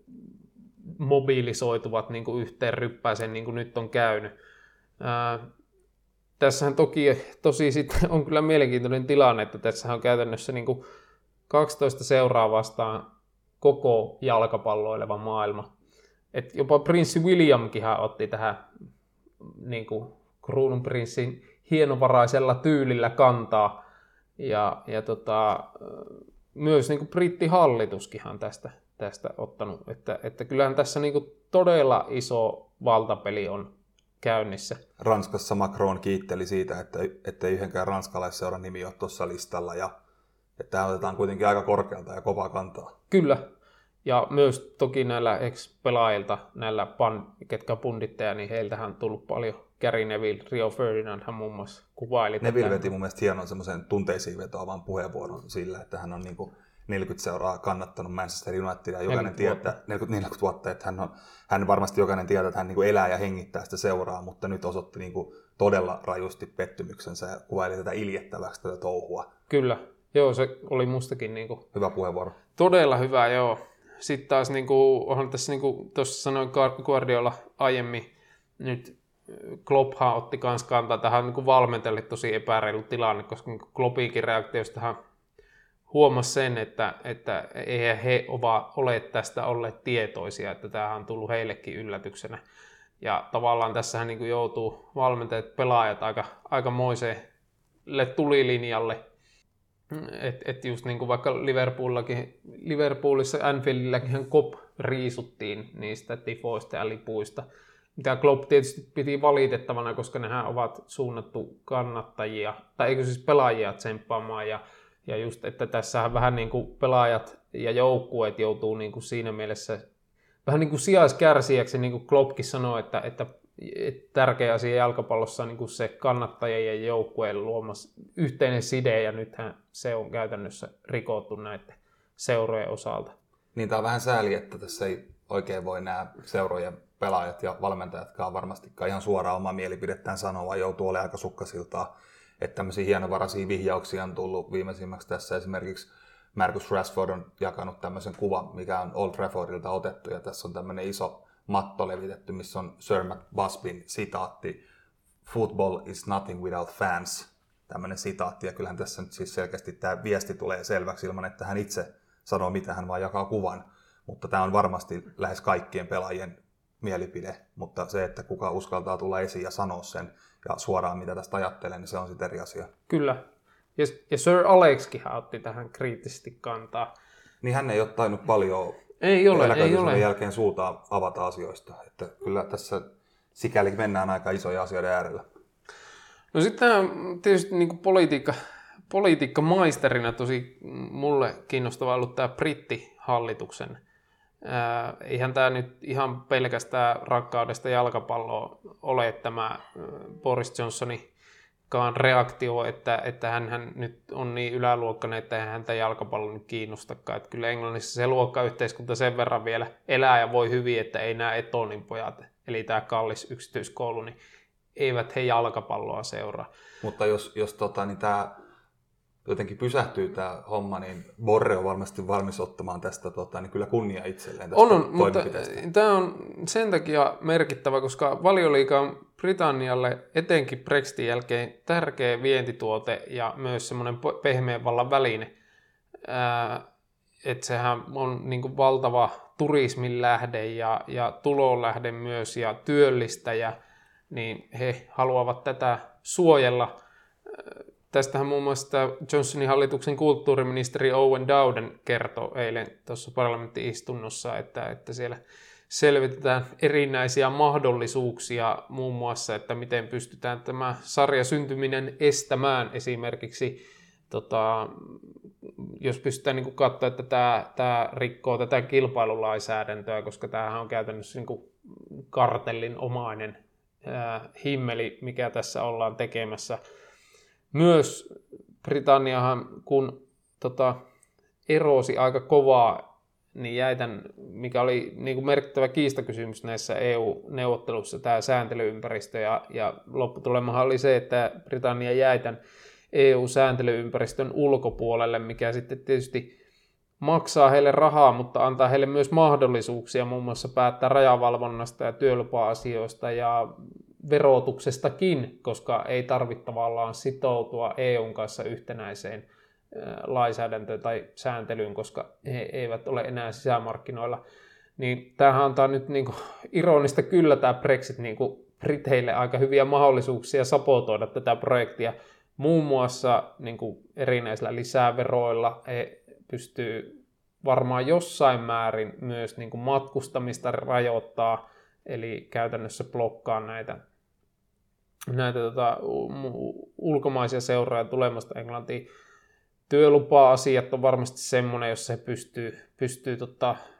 mobiilisoituvat niin kuin yhteen ryppääseen, niin kuin nyt on käynyt. Ää, tässähän toki tosi sitten on kyllä mielenkiintoinen tilanne, että tässä on käytännössä niin kuin kaksitoista seuraa vastaan koko jalkapalloileva maailma. Et jopa prinssi Williamkinhan otti tähän niin kuin kruununprinssin hienovaraisella tyylillä kantaa. Ja, ja tota, myös niin kuin brittihallituskinhan tästä, tästä ottanut. Että, että kyllähän tässä niin kuin todella iso valtapeli on käynnissä. Ranskassa Macron kiitteli siitä, että ettei yhdenkään ranskalaisseuran nimi ole tuossa listalla. Ja että tämä otetaan kuitenkin aika korkealta ja kovaa kantaa. Kyllä. Ja myös toki näillä ex-pelaajilta, näillä pan, ketkä on punditteja, niin heiltähän on tullut paljon. Gary Neville, Rio Ferdinandhan muun muassa kuvaili. Neville veti mun mielestä hienon semmoisen tunteisiin vetoavan puheenvuoron sillä, että hän on niinku neljäkymmentä seuraa kannattanut Manchester Unitedia. Jokainen tietää, neljäkymmentä, neljäkymmentä vuotta, että hän, on, hän varmasti jokainen tietää, että hän niinku elää ja hengittää sitä seuraa, mutta nyt osoitti niinku todella rajusti pettymyksensä ja kuvaili tätä iljettäväksi tätä touhua. Kyllä, joo, se oli mustakin niinku hyvä puheenvuoro. Todella hyvä, joo. Sitten taas niinku, onhan tässä niinku tuossa sanoin Guardiola aiemmin, nyt Klopphan otti kans kantaa tähän niinku valmentajalle tosi epäreilu tilanne, koska niinku Kloppinkin reaktiostahan huomasi sen, että, että eihän he ole tästä olleet tietoisia, että tämähän on tullut heillekin yllätyksenä. Ja tavallaan tässähän niin kuin joutuu valmentajat, pelaajat aika, aikamoiselle tulilinjalle. Että et just niin kuin vaikka Liverpoolillakin, Liverpoolissa Anfieldilläkin Klopp riisuttiin niistä tifoista ja lipuista. Mitä Klopp tietysti piti valitettavana, koska nehän ovat suunnattu kannattajia, tai eikö siis pelaajia tsemppaamaan. Ja, ja just, että tässähän vähän niin kuin pelaajat ja joukkueet joutuu niin kuin siinä mielessä vähän niin kuin sijaiskärsiäksi, niin kuin Kloppkin sanoi, että, että, että tärkeä asia jalkapallossa on niin kuin se kannattajien ja joukkueen luomassa yhteinen side, ja nythän se on käytännössä rikottu näiden seurojen osalta. Niin, tämä on vähän sääli, että tässä ei oikein voi nämä seurojen pelaajat ja valmentajatkaan varmastikaan ihan suoraan omaa mielipidettään sanoa, vaan joutuu olemaan aika sukkasiltaa. Että tämmöisiä hienovaraisia vihjauksia on tullut viimeisimmäksi tässä esimerkiksi Marcus Rashford on jakanut tämmöisen kuvan, mikä on Old Traffordilta otettu, ja tässä on tämmöinen iso matto levitetty, missä on Sir Matt Busbyn sitaatti "Football is nothing without fans", tämmöinen sitaatti, ja kyllähän tässä nyt siis selkeästi tämä viesti tulee selväksi ilman, että hän itse sanoo, mitä hän vaan jakaa kuvan, mutta tämä on varmasti lähes kaikkien pelaajien mielipide, mutta se, että kuka uskaltaa tulla esiin ja sanoa sen ja suoraan, mitä tästä ajattelee, niin se on sitten eri asia. Kyllä. Ja, ja Sir Alexkin otti tähän kriittisesti kantaa. Niin hän ei ole tainnut paljon ei ole, ei ole. jälkeen suuta avata asioista. Että kyllä tässä sikäli mennään aika isoja asioiden äärellä. No sitten tietysti niin kuin politiikka, politiikkamaisterina tosi mulle kiinnostava ollut tämä brittihallituksen. Ää, eihän tämä nyt ihan pelkästään rakkaudesta jalkapalloa ole tämä Boris Johnsonin reaktio, että, että hän nyt on niin yläluokkainen, että eihän häntä jalkapallo nyt kiinnostakaan. Että kyllä Englannissa se luokkayhteiskunta sen verran vielä elää ja voi hyvin, että ei nämä Etonin pojat, eli tämä kallis yksityiskoulu, niin eivät he jalkapalloa seuraa. Mutta jos, jos tota, niin tämä jotenkin pysähtyy tämä homma, niin Borre on varmasti valmis ottamaan tästä tota, niin kyllä kunnia itselleen tästä on, on, mutta tämä on sen takia merkittävä, koska Valioliiga on Britannialle etenkin Brexitin jälkeen tärkeä vientituote ja myös semmoinen pehmeän vallan väline. Että sehän on niin kuin valtava turismin lähde ja, ja tulonlähde myös ja työllistäjä, niin he haluavat tätä suojella. Tästähän muun muassa Johnsonin hallituksen kulttuuriministeri Owen Dowden kertoi eilen tuossa parlamentti-istunnossa, että, että siellä selvitetään erinäisiä mahdollisuuksia muun muassa, että miten pystytään tämä sarja syntyminen estämään esimerkiksi, tota, jos pystytään niin katsoa, että tämä, tämä rikkoo tätä kilpailulainsäädäntöä, koska tämähän on käytännössä niin kartellin omainen ää, himmeli, mikä tässä ollaan tekemässä. Myös Britanniahan, kun tota, erosi aika kovaa, niin jäi tämän, mikä oli niin kuin merkittävä kiistakysymys näissä E U-neuvotteluissa, tämä sääntelyympäristö, ja, ja lopputulemahan oli se, että Britannia jäi tämän E U-sääntelyympäristön ulkopuolelle, mikä sitten tietysti maksaa heille rahaa, mutta antaa heille myös mahdollisuuksia muun muassa päättää rajavalvonnasta ja työlupa-asioista ja verotuksestakin, koska ei tarvitse tavallaan sitoutua E U:n kanssa yhtenäiseen lainsäädäntöön tai sääntelyyn, koska he eivät ole enää sisämarkkinoilla. Niin tämähän antaa nyt niin kuin ironista kyllä tämä Brexit niin kuin Briteille aika hyviä mahdollisuuksia sabotoida tätä projektia. Muun muassa niin kuin erinäisillä lisäveroilla he pystyy varmaan jossain määrin myös niin kuin matkustamista rajoittaa, eli käytännössä blokkaa näitä, näitä tota, ulkomaisia seuroja tulemasta Englantiin. Työlupa-asiat on varmasti semmoinen, jossa he pystyy, pystyy tota,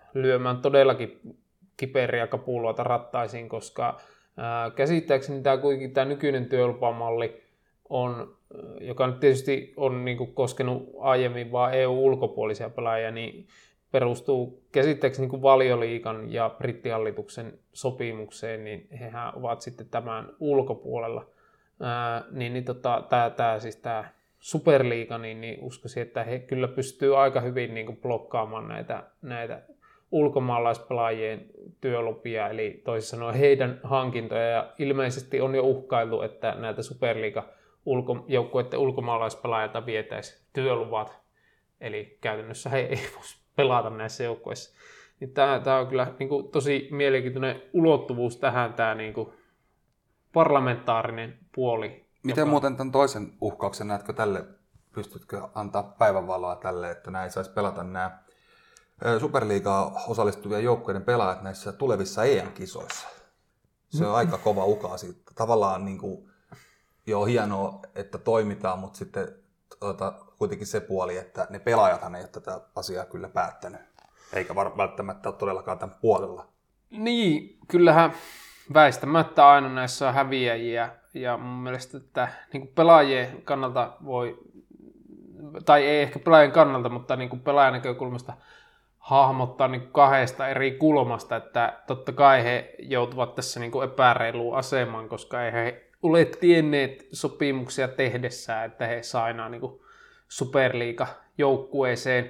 lyömään todellakin kiperiä kapuloita rattaisiin, koska ää, käsittääkseni tämä kuitenkin tämä nykyinen työlupamalli on, joka nyt tietysti on niin kuin koskenut aiemmin vain E U-ulkopuolisia pelaajia, niin perustuu käsittääkseni niin Valioliigan ja brittihallituksen sopimukseen, niin hehän ovat sitten tämän ulkopuolella. Ää, niin, niin tota, tämä, tämä, siis tämä Superliiga, niin, niin uskoisin, että he kyllä pystyy aika hyvin niin kuin blokkaamaan näitä, näitä ulkomaalaispelaajien työlupia, eli toisin sanoen heidän hankintoja, ja ilmeisesti on jo uhkailtu, että näitä Superliiga ulko, joukkueiden ulkomaalaispelaajilta vietäisi työluvat, eli käytännössä he ei voisi pelata näissä joukkueissa. Niin tämä, tämä on kyllä niin kuin tosi mielenkiintoinen ulottuvuus tähän, tämä niin kuin parlamentaarinen puoli. Miten joka... muuten tämän toisen uhkauksen näetkö tälle, pystytkö antaa päivänvaloa tälle, että nämä ei saisi pelata nämä Superliigaan osallistuvien joukkueiden pelaajat näissä tulevissa E M-kisoissa? Se on aika kova ukaasi. Tavallaan niin kuin, joo, hienoa, että toimitaan, mutta sitten tuota, kuitenkin se puoli, että ne pelaajathan ei ole tätä asiaa kyllä päättänyt, eikä välttämättä ole todellakaan tämän puolella. Niin, kyllähän väistämättä aina näissä on häviäjiä, ja mun mielestä että niin kuin pelaajien kannalta voi, tai ei ehkä pelaajien kannalta, mutta niin kuin pelaajan näkökulmasta hahmottaa niin kuin kahdesta eri kulmasta, että totta kai he joutuvat tässä niin kuin epäreiluun asemaan, koska ei he ole tienneet sopimuksia tehdessään, että he saa aina niin kuin Superliiga-joukkueeseen.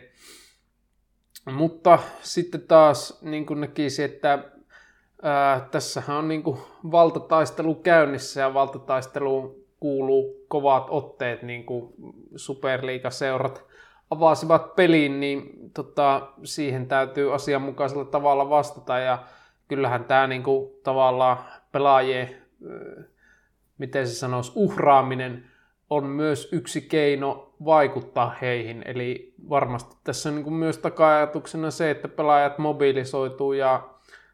Mutta sitten taas niin kuin näkisi, että ää, tässähän on niin kuin valtataistelu käynnissä, ja valtataisteluun kuuluu kovat otteet, niin kuin Superliiga-seurat avasivat peliin, niin tota, siihen täytyy asianmukaisella tavalla vastata, ja kyllähän tämä niin kuin tavallaan pelaajien, miten se sanoisi, uhraaminen on myös yksi keino vaikuttaa heihin, eli varmasti tässä on niin kuin myös taka-ajatuksena se, että pelaajat mobilisoituu ja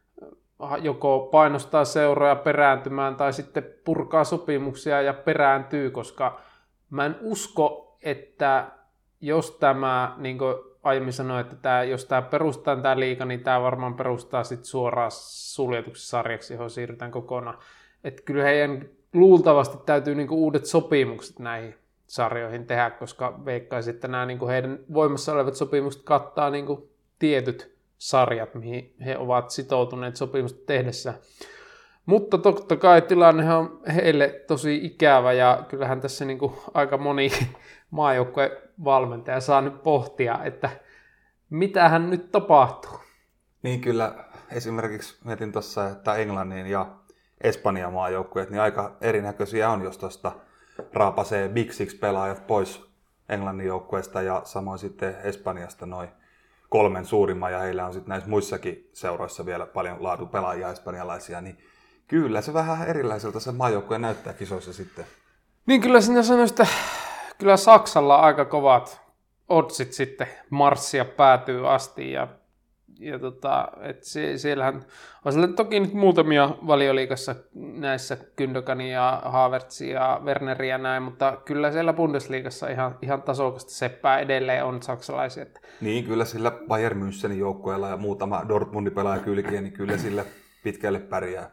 joko painostaa seuroja perääntymään tai sitten purkaa sopimuksia ja perääntyy, koska mä en usko, että jos tämä, niin kuin aiemmin sanoin, että tämä, jos tämä perustaa tämä liiga, niin tämä varmaan perustaa sitten suoraan suljetuksi sarjaksi, johon siirrytään kokonaan. Että kyllä heidän luultavasti täytyy niin kuin uudet sopimukset näihin sarjoihin tehdä, koska veikkaisin, että nämä niin kuin heidän voimassa olevat sopimukset kattaa niin kuin tietyt sarjat, mihin he ovat sitoutuneet sopimusta tehdessä. Mutta totta kai tilannehan on heille tosi ikävä, ja kyllähän tässä niin kuin aika moni maajoukkueen valmentaja saa nyt pohtia, että mitähän nyt tapahtuu. Niin kyllä, esimerkiksi mietin tuossa, että Englannin ja Espanjan maajoukkueet niin aika erinäköisiä on, jos tuosta raapasee Big Six-pelaajat pois Englannin joukkueesta ja samoin sitten Espanjasta noin kolmen suurimman, ja heillä on sitten näissä muissakin seuroissa vielä paljon laadun pelaajia espanjalaisia, niin kyllä se vähän erilaiselta se maajoukkue näyttää kisoissa sitten. Niin kyllä sinä sanoisit, että kyllä Saksalla on aika kovat oddsit sitten marssia päätyy asti, ja, ja tota, et sie, siellähän on siellä toki nyt muutamia Valioliigassa näissä Gündogan ja Havertzia ja Werneriä ja näin, mutta kyllä siellä Bundesliigassa ihan, ihan tasokasta seppää edelleen on saksalaisia. Että... Niin, kyllä sillä Bayern Münchenin joukkueella ja muutama Dortmundin pelaaja kylkiä, niin kyllä sillä pitkälle pärjää.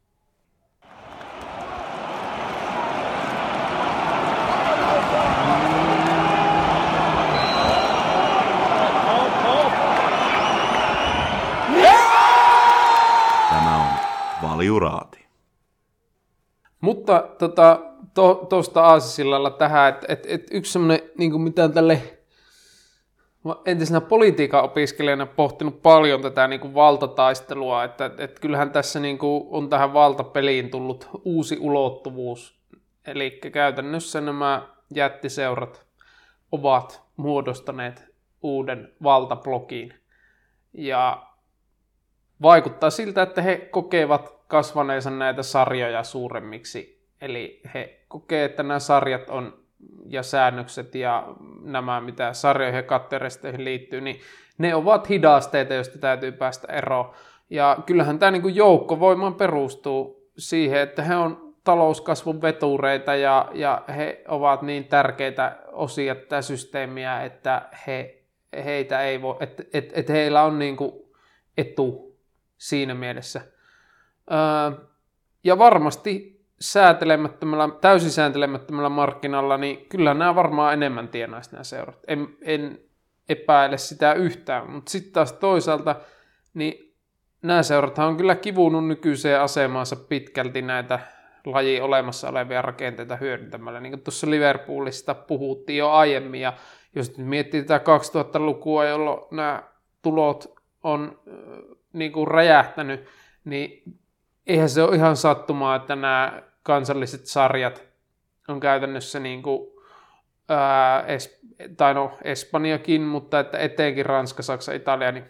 Valiuraati. Mutta tuosta to, aasisillalla tähän, että et, et yksi semmoinen, niin mitä tälle entisenä politiikan opiskelijana pohtinut paljon tätä niin kuin valtataistelua, että et kyllähän tässä niin kuin on tähän valtapeliin tullut uusi ulottuvuus. Eli käytännössä nämä jättiseurat ovat muodostaneet uuden valtablokin. Ja vaikuttaa siltä, että he kokevat kasvaneensa näitä sarjoja suuremmiksi. Eli he kokee, että nämä sarjat on ja säännökset ja nämä, mitä sarjoihin ja katteresteihin liittyy, niin ne ovat hidasteita, joista täytyy päästä eroon. Ja kyllähän tämä niin kuin joukkovoimaan perustuu siihen, että he on talouskasvun vetureita ja, ja he ovat niin tärkeitä osia tätä systeemiä, että he, heitä ei voi, että, että, että heillä on niin kuin etu siinä mielessä. Öö, ja varmasti säätelemättömällä, täysin sääntelemättömällä markkinalla, niin kyllä nämä varmaan enemmän tienaisi nämä seurat. En, en epäile sitä yhtään, mutta sitten taas toisaalta, niin nämä seurathan on kyllä kivunut nykyiseen asemaansa pitkälti näitä lajin olemassa olevia rakenteita hyödyntämällä. Niin kuin tuossa Liverpoolista puhuttiin jo aiemmin, ja jos nyt miettii tätä kaksituhattalukua, jolloin nämä tulot on äh, niin kuin räjähtänyt, niin eihän se ole ihan sattumaa, että nämä kansalliset sarjat on käytännössä niin kuin, ää, es, tai no Espanjakin, mutta että etenkin Ranska, Saksa, Italia, niin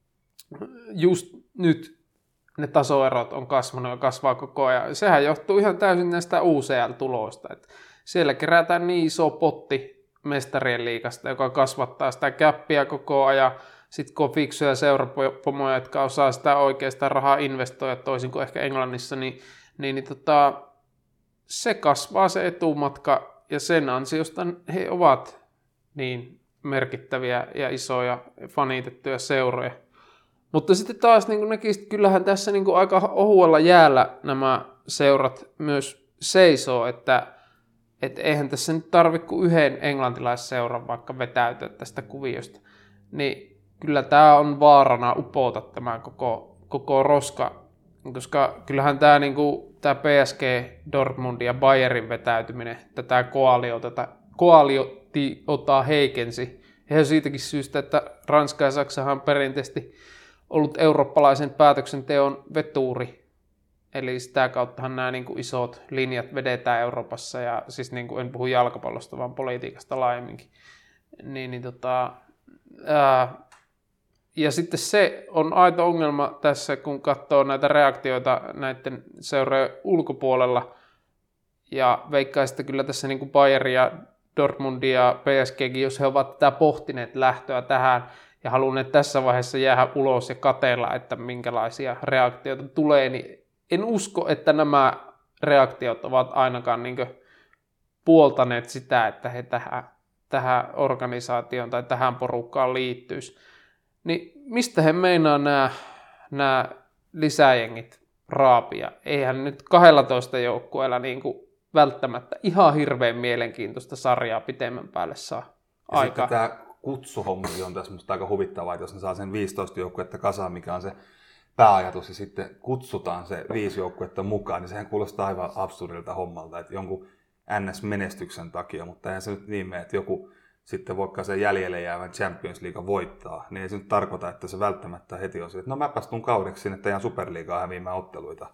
just nyt ne tasoerot on kasvanut ja kasvaa koko ajan. Sehän johtuu ihan täysin näistä U C L-tuloista. Että siellä kerätään niin iso potti mestarien liigasta, joka kasvattaa sitä käppiä koko ajan. Sitten kun on fiksuja seurapomoja, jotka osaa sitä oikeastaan rahaa investoida toisin kuin ehkä Englannissa, niin, niin, niin tota, se kasvaa se etumatka ja sen ansiosta he ovat niin merkittäviä ja isoja fanitettuja seuroja. Mutta sitten taas niin näkisit, kyllähän tässä niin aika ohuella jäällä nämä seurat myös seisoo, että et eihän tässä nyt tarvitse kuin yhden englantilaisseuran vaikka vetäytyä tästä kuviosta. Niin kyllä tämä on vaarana upota tämä koko, koko roska, koska kyllähän tämä, niin kuin, tämä P S G, Dortmund ja Bayernin vetäytyminen, tätä koaliota, koaliota heikensi. Ja siitäkin syystä, että Ranska ja Saksahan on perinteisesti ollut eurooppalaisen päätöksenteon vetuuri. Eli sitä kauttahan nämä niin kuin isot linjat vedetään Euroopassa, ja siis niin kuin en puhu jalkapallosta, vaan politiikasta laajemminkin. Niin, niin tota, ää, ja sitten se on aito ongelma tässä, kun katsoo näitä reaktioita näiden seurojen ulkopuolella, ja veikkaa sitten kyllä tässä niin kuin Bayern ja Dortmund ja P S G:kin, jos he ovat tätä pohtineet lähtöä tähän, ja halunneet tässä vaiheessa jäädä ulos ja katsella, että minkälaisia reaktioita tulee, niin en usko, että nämä reaktiot ovat ainakaan niin kuin puoltaneet sitä, että he tähän, tähän organisaatioon tai tähän porukkaan liittyisi. Niin mistä he meinaa nämä, nämä lisäjengit raapia? Eihän nyt kaksitoista joukkueella niin kuin välttämättä ihan hirveän mielenkiintoista sarjaa pitemmän päälle saa aikaa. Tämä kutsuhommi on tässä musta aika huvittavaa, että jos ne saa sen viisitoista joukkuetta kasaan, mikä on se pääajatus, ja sitten kutsutaan se viisi joukkuetta mukaan, niin sehän kuulostaa aivan absurdilta hommalta, että jonkun N S-menestyksen takia, mutta eihän se nyt niin mene, että joku sitten vaikka sen jäljelle jäävän Champions League voittaa, niin ei se nyt tarkoita, että se välttämättä heti on se, että no mäpäs tuun kaudeksi sinne teidän Superliigaan häviämään otteluita.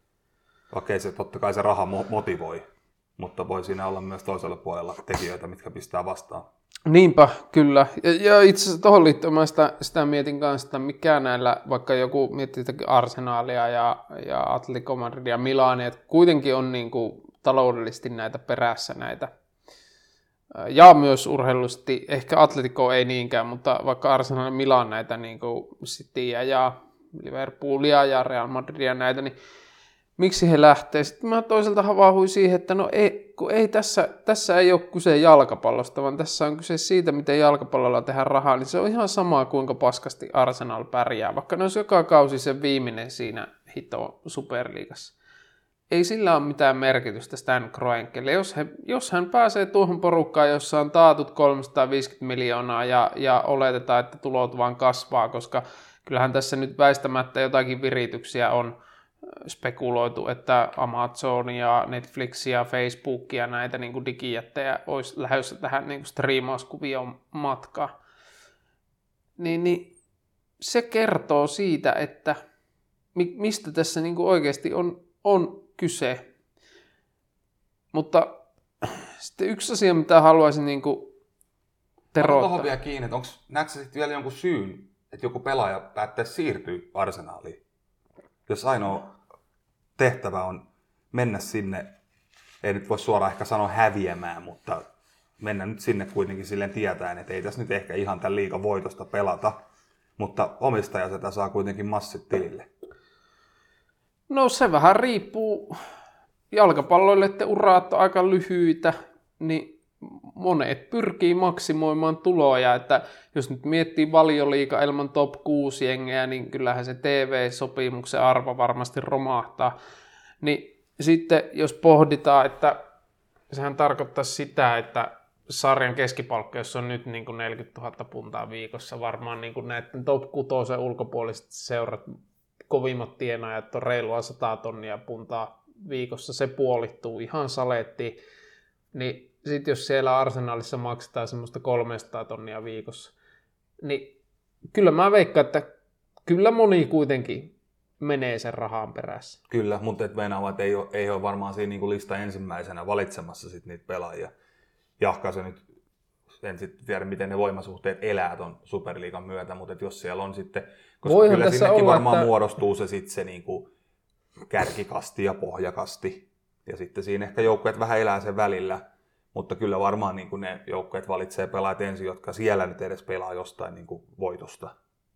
Okei, se totta kai se raha motivoi, mutta voi siinä olla myös toisella puolella tekijöitä, mitkä pistää vastaan. Niinpä, kyllä. Ja, ja itse asiassa tuohon liittyen mä sitä, sitä mietin kanssa, että mikä näillä, vaikka joku miettii Arsenalia ja, ja Atletico Madridia ja Milania, että kuitenkin on niin kuin taloudellisesti näitä perässä näitä. Ja myös urheilullisesti, ehkä Atletico ei niinkään, mutta vaikka Arsenal ja Milan näitä niin kuin Cityä ja Liverpoolia ja Real Madridia näitä, niin miksi he lähtee? Sitten mä toisaalta havahduin siihen, että no ei, kun ei tässä, tässä ei ole kyse jalkapallosta, vaan tässä on kyse siitä, miten jalkapallolla tehdään rahaa, niin se on ihan sama, kuinka paskasti Arsenal pärjää, vaikka ne olisi joka kausi sen viimeinen siinä hito Superliigassa. Ei sillä ole mitään merkitystä Stan Kroenkelle. Jos, he, jos hän pääsee tuohon porukkaan, jossa on taatut kolmesataaviisikymmentä miljoonaa ja, ja oletetaan, että tulot vaan kasvaa, koska kyllähän tässä nyt väistämättä jotakin virityksiä on spekuloitu, että Amazon ja Netflix ja Facebook ja näitä niin kuin digijättejä olisi lähdössä tähän niin kuin striimauskuvioon matkaan. Niin, niin se kertoo siitä, että mi, mistä tässä niin kuin oikeasti on, on kyse. Mutta sitten yksi asia, mitä haluaisin niin kuin teroittaa. Tuohon vielä kiinni, että onko, näetkö sä sitten vielä jonkun syyn, että joku pelaaja päättää siirtyä Arsenaaliin? Jos ainoa tehtävä on mennä sinne, ei nyt voi suoraan ehkä sanoa häviämään, mutta mennä nyt sinne kuitenkin silleen tietäen, että ei tässä nyt ehkä ihan tämän liigan voitosta pelata, mutta omistaja sitä saa kuitenkin massit tilille. No se vähän riippuu. Jalkapalloille, että uraat on aika lyhyitä, niin monet pyrkii maksimoimaan tuloja, että jos nyt miettii Valioliiga ilman top kuusi jengeä, niin kyllähän se T V-sopimuksen arvo varmasti romahtaa. Niin sitten jos pohditaan, että sehän tarkoittaa sitä, että sarjan keskipalkka, jos on nyt niin kuin neljäkymmentätuhatta puntaa viikossa, varmaan niin kuin näiden top kuusi ulkopuoliset seurat, kovimmat tienaajat on reilua sata tonnia puntaa viikossa, se puolittuu ihan salettiin, niin sitten jos siellä Arsenalissa maksetaan semmoista kolmesataa tonnia viikossa, niin kyllä mä veikkaan, että kyllä moni kuitenkin menee sen rahan perässä. Kyllä, mutta et meinaa, että ei ole, ei ole varmaan siinä niin kuin lista ensimmäisenä valitsemassa sit niitä pelaajia. Jahka se nyt, en sitten tiedä miten ne voimasuhteet elää ton Superliigan myötä, mutta et jos siellä on sitten, koska Voihan kyllä tässä sinnekin olla, varmaan että muodostuu se sitten se niin kuin kärkikasti ja pohjakasti. Ja sitten siinä ehkä joukkueet vähän elää sen välillä, mutta kyllä varmaan niin kuin ne joukkueet valitsee pelaajat ensin, jotka siellä nyt edes pelaa jostain niin kuin voitosta.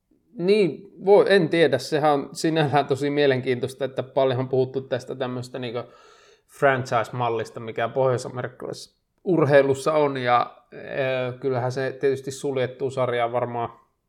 Niin, voi, en tiedä. Sehän on sinällään tosi mielenkiintoista, että paljon on puhuttu tästä tämmöistä niin kuin franchise-mallista, mikä pohjois-amerikkalaisessa urheilussa on, ja e, kyllähän se tietysti suljettu sarjaa varmaan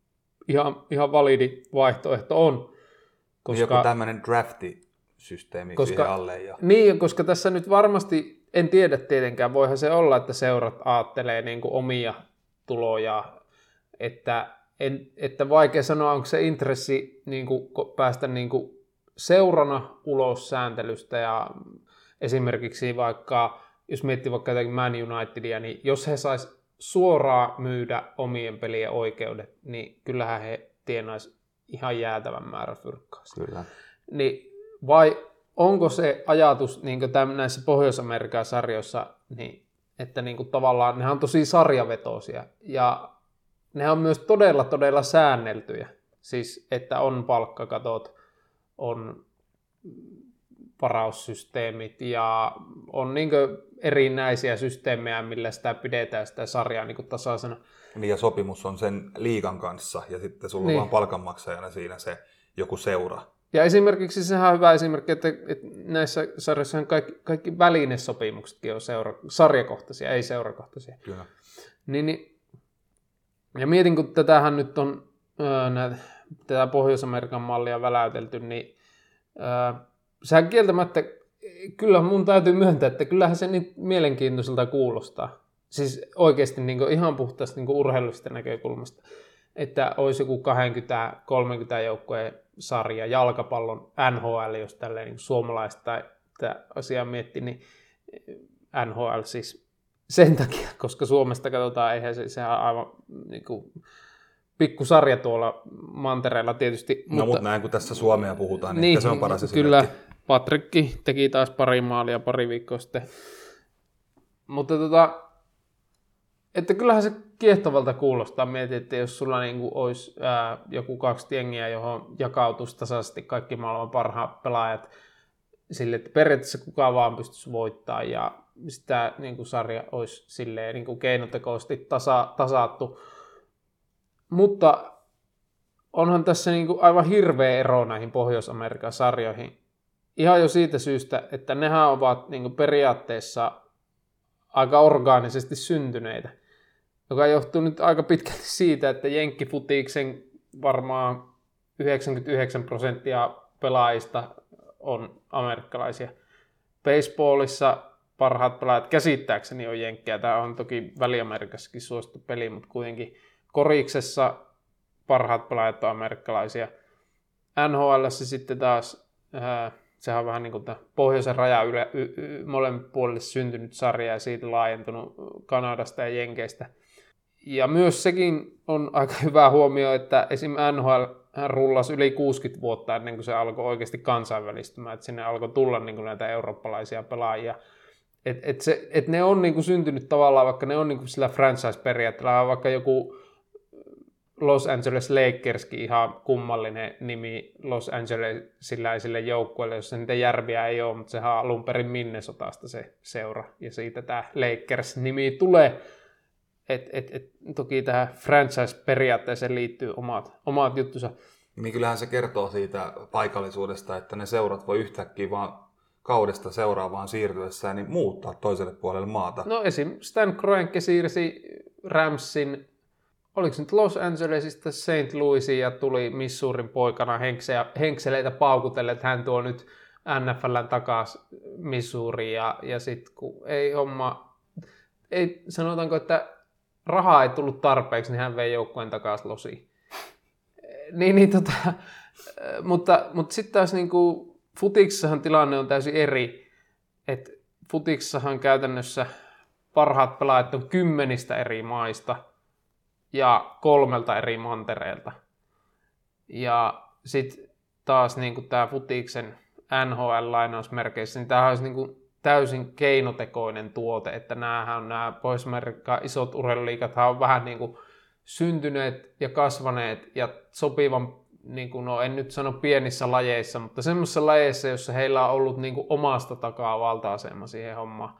ihan, ihan validi vaihtoehto on. Koska, joku tämmöinen drafti-systeemi koska, siihen alle. Ja... Niin, koska tässä nyt varmasti, en tiedä tietenkään, voihan se olla, että seurat aattelee niin kuin omia tuloja, että, en, että vaikea sanoa, onko se intressi niin kuin päästä niin kuin seurana ulos sääntelystä, ja esimerkiksi vaikka, jos miettii vaikka jotakin Man Unitedia, niin jos he sais suoraan myydä omien pelien oikeudet, niin kyllähän he tienaisi ihan jäätävän määrän fyrkkaa. Kyllä. Niin, vai onko se ajatus niin kuin näissä Pohjois-Amerikan sarjoissa, niin, että niin kuin tavallaan nehän on tosi sarjavetoisia ja nehän on myös todella todella säänneltyjä. Siis että on palkkakatot, on varaussysteemit ja on niin kuin erinäisiä systeemejä, millä sitä pidetään sitä sarjaa niin kuin tasaisena. Niin ja sopimus on sen liigan kanssa ja sitten sulla niin. on vaan palkanmaksajana siinä se joku seura. Ja esimerkiksi sehän on hyvä esimerkki, että, että näissä sarjoissa kaikki, kaikki välinesopimuksetkin on seura, sarjakohtaisia, ei seurakohtaisia. Kyllä. Niin, niin, ja mietin, kun tätähän nyt on öö, näitä, tätä Pohjois-Amerikan mallia väläytelty, niin öö, sehän kieltämättä, kyllä mun täytyy myöntää, että kyllähän se niin mielenkiintoiselta kuulostaa. Siis oikeasti niin kuin ihan puhtaasti niin kuin urheilullisesta näkökulmasta, että olisi joku kaksikymmentä kolmekymmentä joukkueen sarja, jalkapallon N H L, jos tälleen niin suomalaista tätä asiaa miettii, niin N H L siis sen takia, koska Suomesta katsotaan, eihän se, sehän on aivan niin kuin pikkusarja tuolla mantereella tietysti. No mutta näin kun tässä Suomea puhutaan, niin, niin se on paras esimerkki. Kyllä, Patrikki teki taas pari maalia pari viikkoa sitten. Mutta tota, että kyllähän se kiehtovalta kuulostaa. Mietin, että jos sulla niinku olisi ää, joku kaksi jengiä, johon jakautuisi tasaisesti kaikki maailman parhaat pelaajat sille, että periaatteessa kukaan vaan pystyisi voittamaan ja sitä niinku sarja olisi silleen niinku keinotekoisesti tasa, tasattu. Mutta onhan tässä niinku aivan hirveä ero näihin Pohjois-Amerikan sarjoihin. Ihan jo siitä syystä, että nehän ovat niinku periaatteessa aika orgaanisesti syntyneitä, joka johtuu nyt aika pitkälti siitä, että jenkkifutiiksen varmaan yhdeksänkymmentäyhdeksän prosenttia pelaajista on amerikkalaisia. Baseballissa parhaat pelaajat käsittääkseni on jenkkejä. Tämä on toki Väli-Amerikassakin suosittu peli, mutta kuitenkin koriksessa parhaat pelaajat on amerikkalaisia. N H L:ssä sitten taas, ää, sehän on vähän niin kuin tämä pohjoisen raja yle, y, y, molemmin puolille syntynyt sarja ja siitä laajentunut Kanadasta ja Jenkeistä. Ja myös sekin on aika hyvä huomio, että esim. N H L rullasi yli kuusikymmentä vuotta ennen kuin se alkoi oikeasti kansainvälistymään, että sinne alkoi tulla niin kuin näitä eurooppalaisia pelaajia. Et, et se, et ne on niin kuin syntynyt tavallaan, vaikka ne on niin kuin sillä franchise-periaatteella, vaikka joku Los Angeles Lakerskin ihan kummallinen nimi Los Angelesiläisille joukkueille, jossa niitä järviä ei ole, mutta sehän on alun perin Minnesotasta se seura, ja siitä tämä Lakers-nimi tulee. Et, et, et, toki tähän franchise-periaatteeseen liittyy omat, omat juttunsa. Niin kyllähän se kertoo siitä paikallisuudesta, että ne seurat voi yhtäkkiä vaan kaudesta seuraavaan siirtyessään niin muuttaa toiselle puolelle maata. No esim. Stan Kroenke siirsi Ramsin, oliko se nyt Los Angelesista Saint Louisiin ja tuli Missourin poikana henkseleitä paukutelle, että hän tuo nyt N F L:n takaisin Missouriin ja, ja sitten kun ei homma, ei, sanotaanko, että rahaa ei tullut tarpeeksi, niin hän vei joukkueen takaisin Losiin. Niin, niin tota, mutta, mutta sitten taas niin kuin futikssahan tilanne on täysin eri, että futikssahan käytännössä parhaat pelaajat on kymmenistä eri maista ja kolmelta eri mantereelta. Ja sitten taas niin kuin tämä futiksen N H L-lainausmerkeissä, niin tämähän olisi niin kuin täysin keinotekoinen tuote, että näähän nämä Pohjois-Amerikan isot urheiluliigathan on vähän niin kuin syntyneet ja kasvaneet ja sopivan, niin kuin, no en nyt sano pienissä lajeissa, mutta semmoisissa lajeissa, jossa heillä on ollut niin kuin omasta takaa valta-asema siihen hommaan.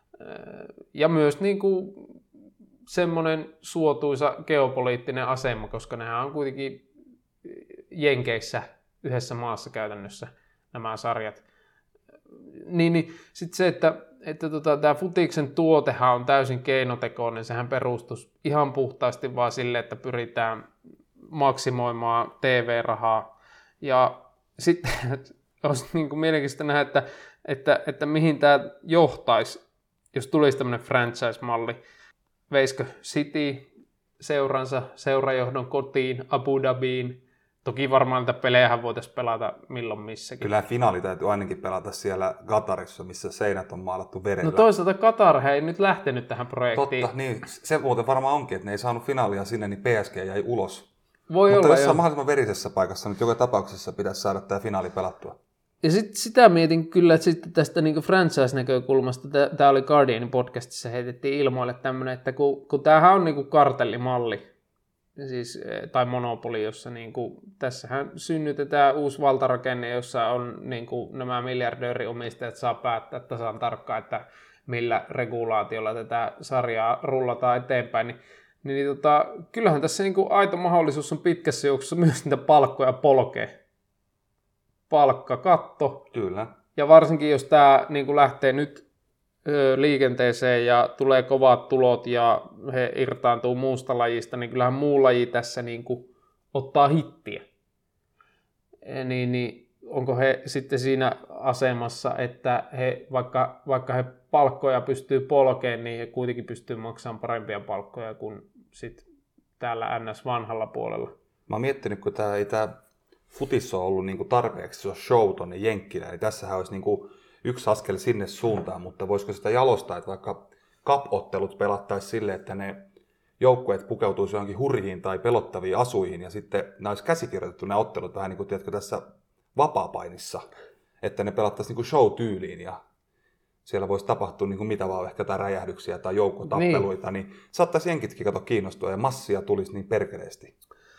Ja myös niin kuin semmoinen suotuisa geopoliittinen asema, koska nehän on kuitenkin Jenkeissä yhdessä maassa käytännössä nämä sarjat. Niin, niin sitten se, että, että tota, tämä futiksen tuotehan on täysin keinotekoinen, sehän perustus ihan puhtaasti vaan sille, että pyritään maksimoimaan T V-rahaa. Ja sitten olisi niin kuin mielenkiintoista nähdä, että, että, että mihin tämä johtaisi, jos tulisi tämmöinen franchise-malli. Veiskö City seuransa, seurajohdon kotiin, Abu Dhabiin? Toki varmaan niitä pelejähän voitaisiin pelata milloin missäkin. Kyllä finaali täytyy ainakin pelata siellä Qatarissa, missä seinät on maalattu verellä. No toisaalta Qatar ei nyt lähtenyt tähän projektiin. Totta, niin se muuten varmaan onkin, että ne ei saanut finaalia sinne, niin P S G jäi ulos. Voi Mutta olla, jossain joo. mahdollisimman verisessä paikassa nyt joka tapauksessa pitäisi saada tämä finaali pelattua. Ja sit sitä mietin kyllä, että sitten tästä niinku franchise-näkökulmasta, tämä oli Guardianin podcastissa, heitettiin ilmoille tämmöinen, että kun, kun tämähän on niinku kartellimalli, siis, tai monopoli, jossa niinku, tässähän synnytetään uusi valtarakenne, jossa on niinku, nämä miljardööriomistajat saa päättää tasan tarkkaan, että millä regulaatiolla tätä sarjaa rullataan eteenpäin, niin, niin tota, kyllähän tässä niinku aito mahdollisuus on pitkässä juoksussa myös niitä palkkoja polkee. Palkkakatto. Kyllä. Ja varsinkin, jos tämä niin lähtee nyt ö, liikenteeseen ja tulee kovat tulot ja he irtaantuu muusta lajista, niin kyllähän muu laji tässä niin kuin ottaa hittiä. E, niin, niin onko he sitten siinä asemassa, että he, vaikka, vaikka he palkkoja pystyy polkeen, niin he kuitenkin pystyy maksamaan parempia palkkoja kuin sit täällä N S-vanhalla puolella. Mä oon miettinyt, kun tää ei tää futissa on ollut niinku tarpeeksi, se on show tonne Jenkkilään, niin tässähän olisi niinku yksi askel sinne suuntaan, mutta voisiko sitä jalostaa, että vaikka cup-ottelut pelattaisiin silleen, että ne joukkueet pukeutuisi johonkin hurjiin tai pelottaviin asuihin, ja sitten nämä olisi käsikirjoitettu nämä ottelut vähän niin kuin tiedätkö, tässä vapaapainissa, että ne pelattaisiin niin kuin show-tyyliin, ja siellä voisi tapahtua niin kuin mitä vaan, ehkä jotain räjähdyksiä tai joukkotappeluita, niin, niin saattaisi jenkitkin kato kiinnostua, ja massia tulisi niin perkeleesti.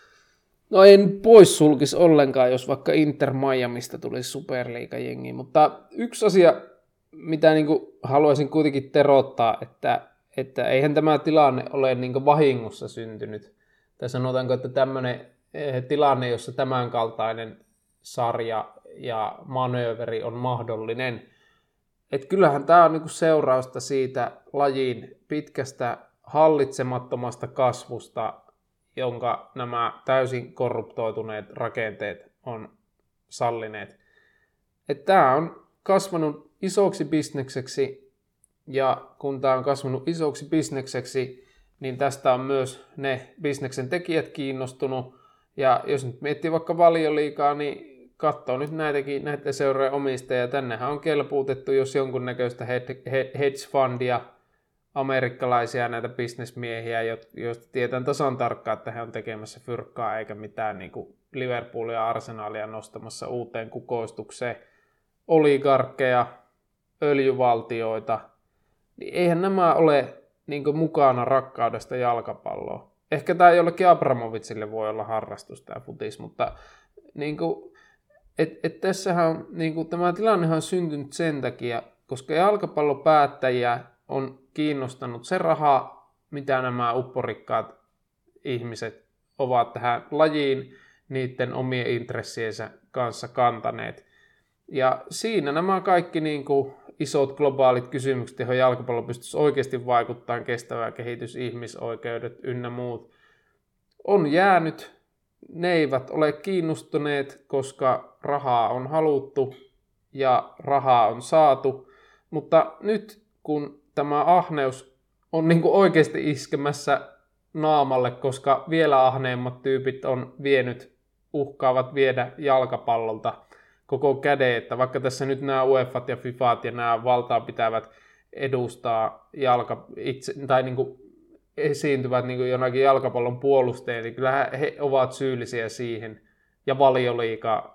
No en poissulkisi ollenkaan, jos vaikka Inter Miamista tulisi superliigajengi, mutta yksi asia, mitä niin kuin haluaisin kuitenkin terottaa, että, että eihän tämä tilanne ole niin kuin vahingossa syntynyt. Tai sanotaanko, että tämmöinen tilanne, jossa tämänkaltainen sarja ja manööveri on mahdollinen. Että kyllähän tämä on niin kuin seurausta siitä lajin pitkästä hallitsemattomasta kasvusta, jonka nämä täysin korruptoituneet rakenteet on sallineet. Että tämä on kasvanut isoksi bisnekseksi, ja kun tämä on kasvanut isoksi bisnekseksi, niin tästä on myös ne bisneksen tekijät kiinnostunut. Ja jos nyt miettii vaikka Valioliigaa, niin katsoo nyt näitäkin, näiden seurojen omistajia. Tännehän on kelpuutettu jos jonkunnäköistä hedge fundia, amerikkalaisia näitä bisnesmiehiä, joista tietää tasan tarkkaan, että he on tekemässä fyrkkaa eikä mitään niin kuin Liverpoolia ja Arsenalia nostamassa uuteen kukoistukseen. Oligarkkeja, öljyvaltioita, niin eihän nämä ole niin kuin mukana rakkaudesta jalkapalloa. Ehkä tämä jollekin Abramovicille voi olla harrastus tämä futis, mutta niin kuin, et, et tässähän on, niin kuin, tämä tilannehan on syntynyt sen takia, koska jalkapallopäättäjiä on kiinnostanut se raha, mitä nämä upporikkaat ihmiset ovat tähän lajiin niiden omien intressiensä kanssa kantaneet. Ja siinä nämä kaikki niin kuin isot globaalit kysymykset, joihin jalkapallo pystyisi oikeasti vaikuttamaan, kestävä kehitys, ihmisoikeudet ynnä muut, on jäänyt. Ne eivät ole kiinnostuneet, koska rahaa on haluttu ja rahaa on saatu. Mutta nyt kun tämä ahneus on niin kuin oikeasti iskemässä naamalle, koska vielä ahneemmat tyypit on vienyt, uhkaavat viedä jalkapallolta koko käden, että vaikka tässä nyt nämä UEFat ja FIFAt ja nämä valtaa pitävät edustaa jalka, itse, tai niin kuin esiintyvät niin kuin jonakin jalkapallon puolustajia, niin kyllähän he ovat syyllisiä siihen, ja Valioliiga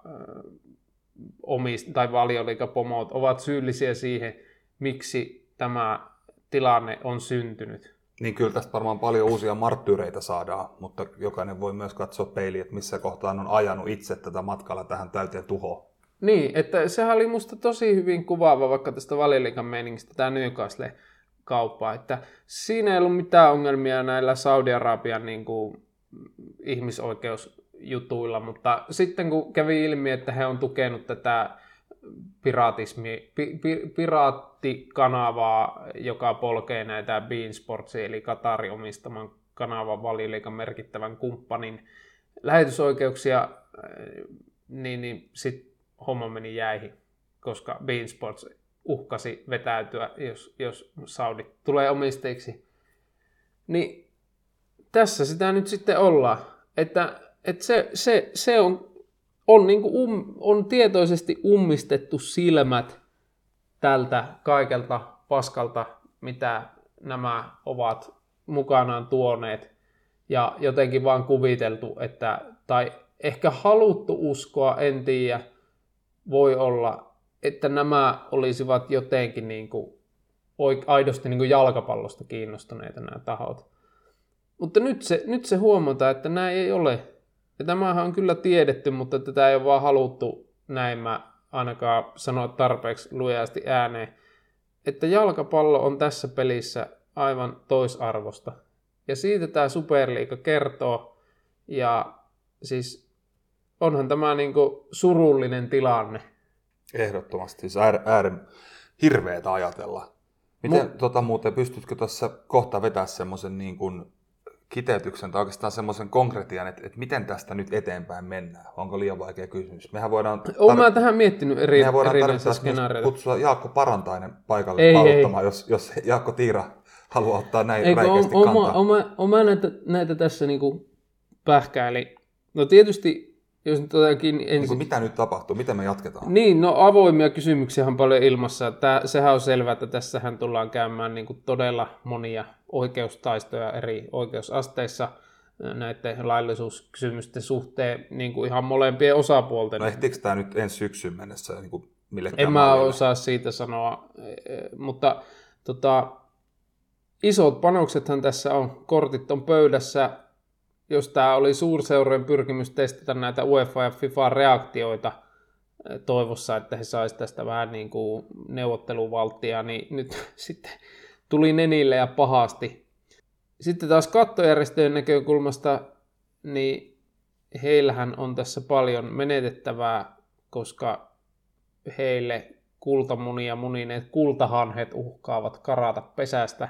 omist, tai Valioliigapomot ovat syyllisiä siihen, miksi tämä tilanne on syntynyt. Niin kyllä tästä varmaan paljon uusia marttyyreitä saadaan, mutta jokainen voi myös katsoa peiliin, että missä kohtaan on ajanut itse tätä matkalla tähän täyteen tuhoon. Niin, että sehän oli musta tosi hyvin kuvaava vaikka tästä Valioliigan meiningistä, tämä Newcastle-kauppa, että siinä ei ollut mitään ongelmia näillä Saudi-Arabian niin kuin, ihmisoikeusjutuilla, mutta sitten kun kävi ilmi, että he on tukenut tätä piraatismi, pi, pi, piraattikanavaa, joka polkee näitä beIN Sportsia, eli Qatarin omistaman kanavan Valioliigan merkittävän kumppanin lähetysoikeuksia, niin, niin sitten homma meni jäihin, koska beIN Sports uhkasi vetäytyä, jos, jos Saudi tulee omistajiksi. Niin tässä sitä nyt sitten ollaan, että, että se, se, se on, on, niin kuin um, on tietoisesti ummistettu silmät tältä kaikelta paskalta, mitä nämä ovat mukanaan tuoneet, ja jotenkin vaan kuviteltu, että, tai ehkä haluttu uskoa, en tiedä, voi olla, että nämä olisivat jotenkin niin kuin aidosti niin kuin jalkapallosta kiinnostuneita nämä tahot. Mutta nyt se, nyt se huomataan, että nämä ei ole. Ja tämähän on kyllä tiedetty, mutta tätä ei ole vaan haluttu, näin mä ainakaan sanoa tarpeeksi lujasti ääneen, että jalkapallo on tässä pelissä aivan toisarvosta. Ja siitä tämä Superliiga kertoo, ja siis onhan tämä niinku surullinen tilanne. Ehdottomasti, siis äär, äär, hirveetä ajatella. Miten Mu- tota, muuten, pystytkö tuossa kohta vetää semmoisen niin kuin kiteytyksen tai oikeastaan semmoisen konkretian, että, että miten tästä nyt eteenpäin mennään? Onko liian vaikea kysymys? Mehän voidaan... Tar- Olen mä tähän miettinyt eri, mehän voidaan erinäisiä skenaarioita. kutsua Jaakko Parantainen paikalle ei, paluttamaan, ei. Jos, jos Jaakko Tiira haluaa ottaa näin Eikö, räikeästi on, kantaa. Olen mä näitä, näitä tässä niinku pähkäili. No tietysti, jos nyt otankin... Niin Ensin... mitä nyt tapahtuu? Miten me jatketaan? Niin, no avoimia kysymyksiä on paljon ilmassa. Tää, sehän on selvää, että tässähän tullaan käymään niin kuin todella monia oikeustaistoja eri oikeusasteissa näiden laillisuuskysymysten suhteen niin kuin ihan molempien osapuolten. No ehtiikö tämä nyt ensi syksyyn mennessä niin kuin millekään En mä mallille? osaa siitä sanoa, mutta tota, isot panoksethan tässä on. Kortit on pöydässä. Jos tämä oli suurseurojen pyrkimys testata näitä UEFA ja FIFA-reaktioita toivossa, että he saisivat tästä vähän niin kuin neuvotteluvalttia, niin nyt sitten tuli nenille ja pahasti. Sitten taas kattojärjestöjen näkökulmasta, niin heillähän on tässä paljon menetettävää, koska heille kultamunia munineet kultahanhet uhkaavat karata pesästä.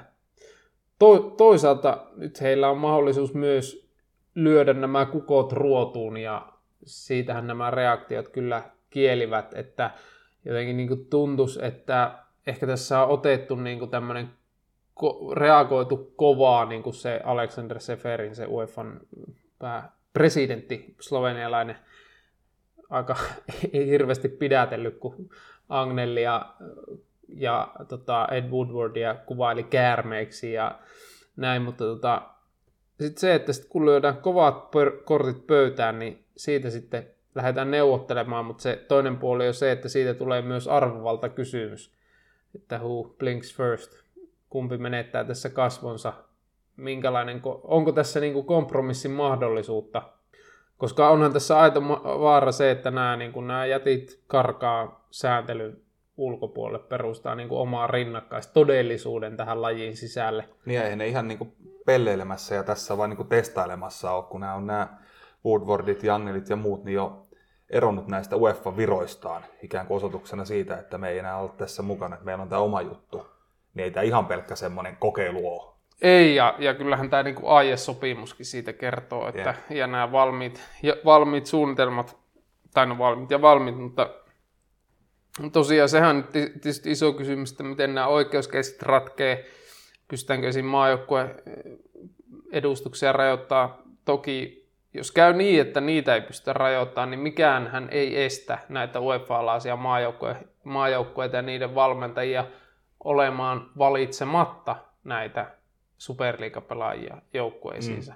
To- toisaalta nyt heillä on mahdollisuus myös lyödä nämä kukot ruotuun, ja siitähän nämä reaktiot kyllä kielivät, että jotenkin niin kuin tuntuisi, että ehkä tässä on otettu niin kuin tämmöinen ko- reagoitu kovaa, niin kuin se Aleksander Seferin, se UEFan presidentti, slovenialainen, aika ei hirveästi pidätellyt, kun Agnelli ja, ja tota Ed Woodwardia kuvaili käärmeiksi ja näin, mutta tota, sitten se, että sit kun lyödään kovat pör- kortit pöytään, niin siitä sitten lähdetään neuvottelemaan, mutta se toinen puoli on se, että siitä tulee myös arvovalta kysymys, että who blinks first, kumpi menettää tässä kasvonsa, minkälainen, onko tässä niinku kompromissin mahdollisuutta, koska onhan tässä aito vaara se, että nämä, niinku, nämä jätit karkaa sääntelyn ulkopuolelle, perustaa niinku omaa rinnakkaistodellisuuden tähän lajiin sisälle. Niin ei ne ihan niinku pelleilemässä ja tässä vaan niinku testailemassa ole, kun nämä on nämä Woodwardit, Jangelit ja muut, niin jo eronnut näistä UEFA-viroistaan ikään kuin osoituksena siitä, että me ei enää ole tässä mukana, että meillä on tämä oma juttu. Niin ei tämä ihan pelkkä semmoinen kokeilu ole. Ei, ja, ja kyllähän tämä niinku aiesopimuskin siitä kertoo, että Yeah. ja nämä valmiit, ja valmiit suunnitelmat, tai no valmiit ja valmiit, mutta tosiaan sehän on tietysti iso kysymys, että miten nämä oikeuskeissit ratkee, pystytäänkö esim. Maajoukkueen edustuksia rajoittaa. Toki jos käy niin, että niitä ei pystytä rajoittamaan, niin mikäänhän ei estä näitä UEFA-alaisia maajoukkueita ja niiden valmentajia olemaan valitsematta näitä superliigapelaajia joukkueisiinsa. Mm.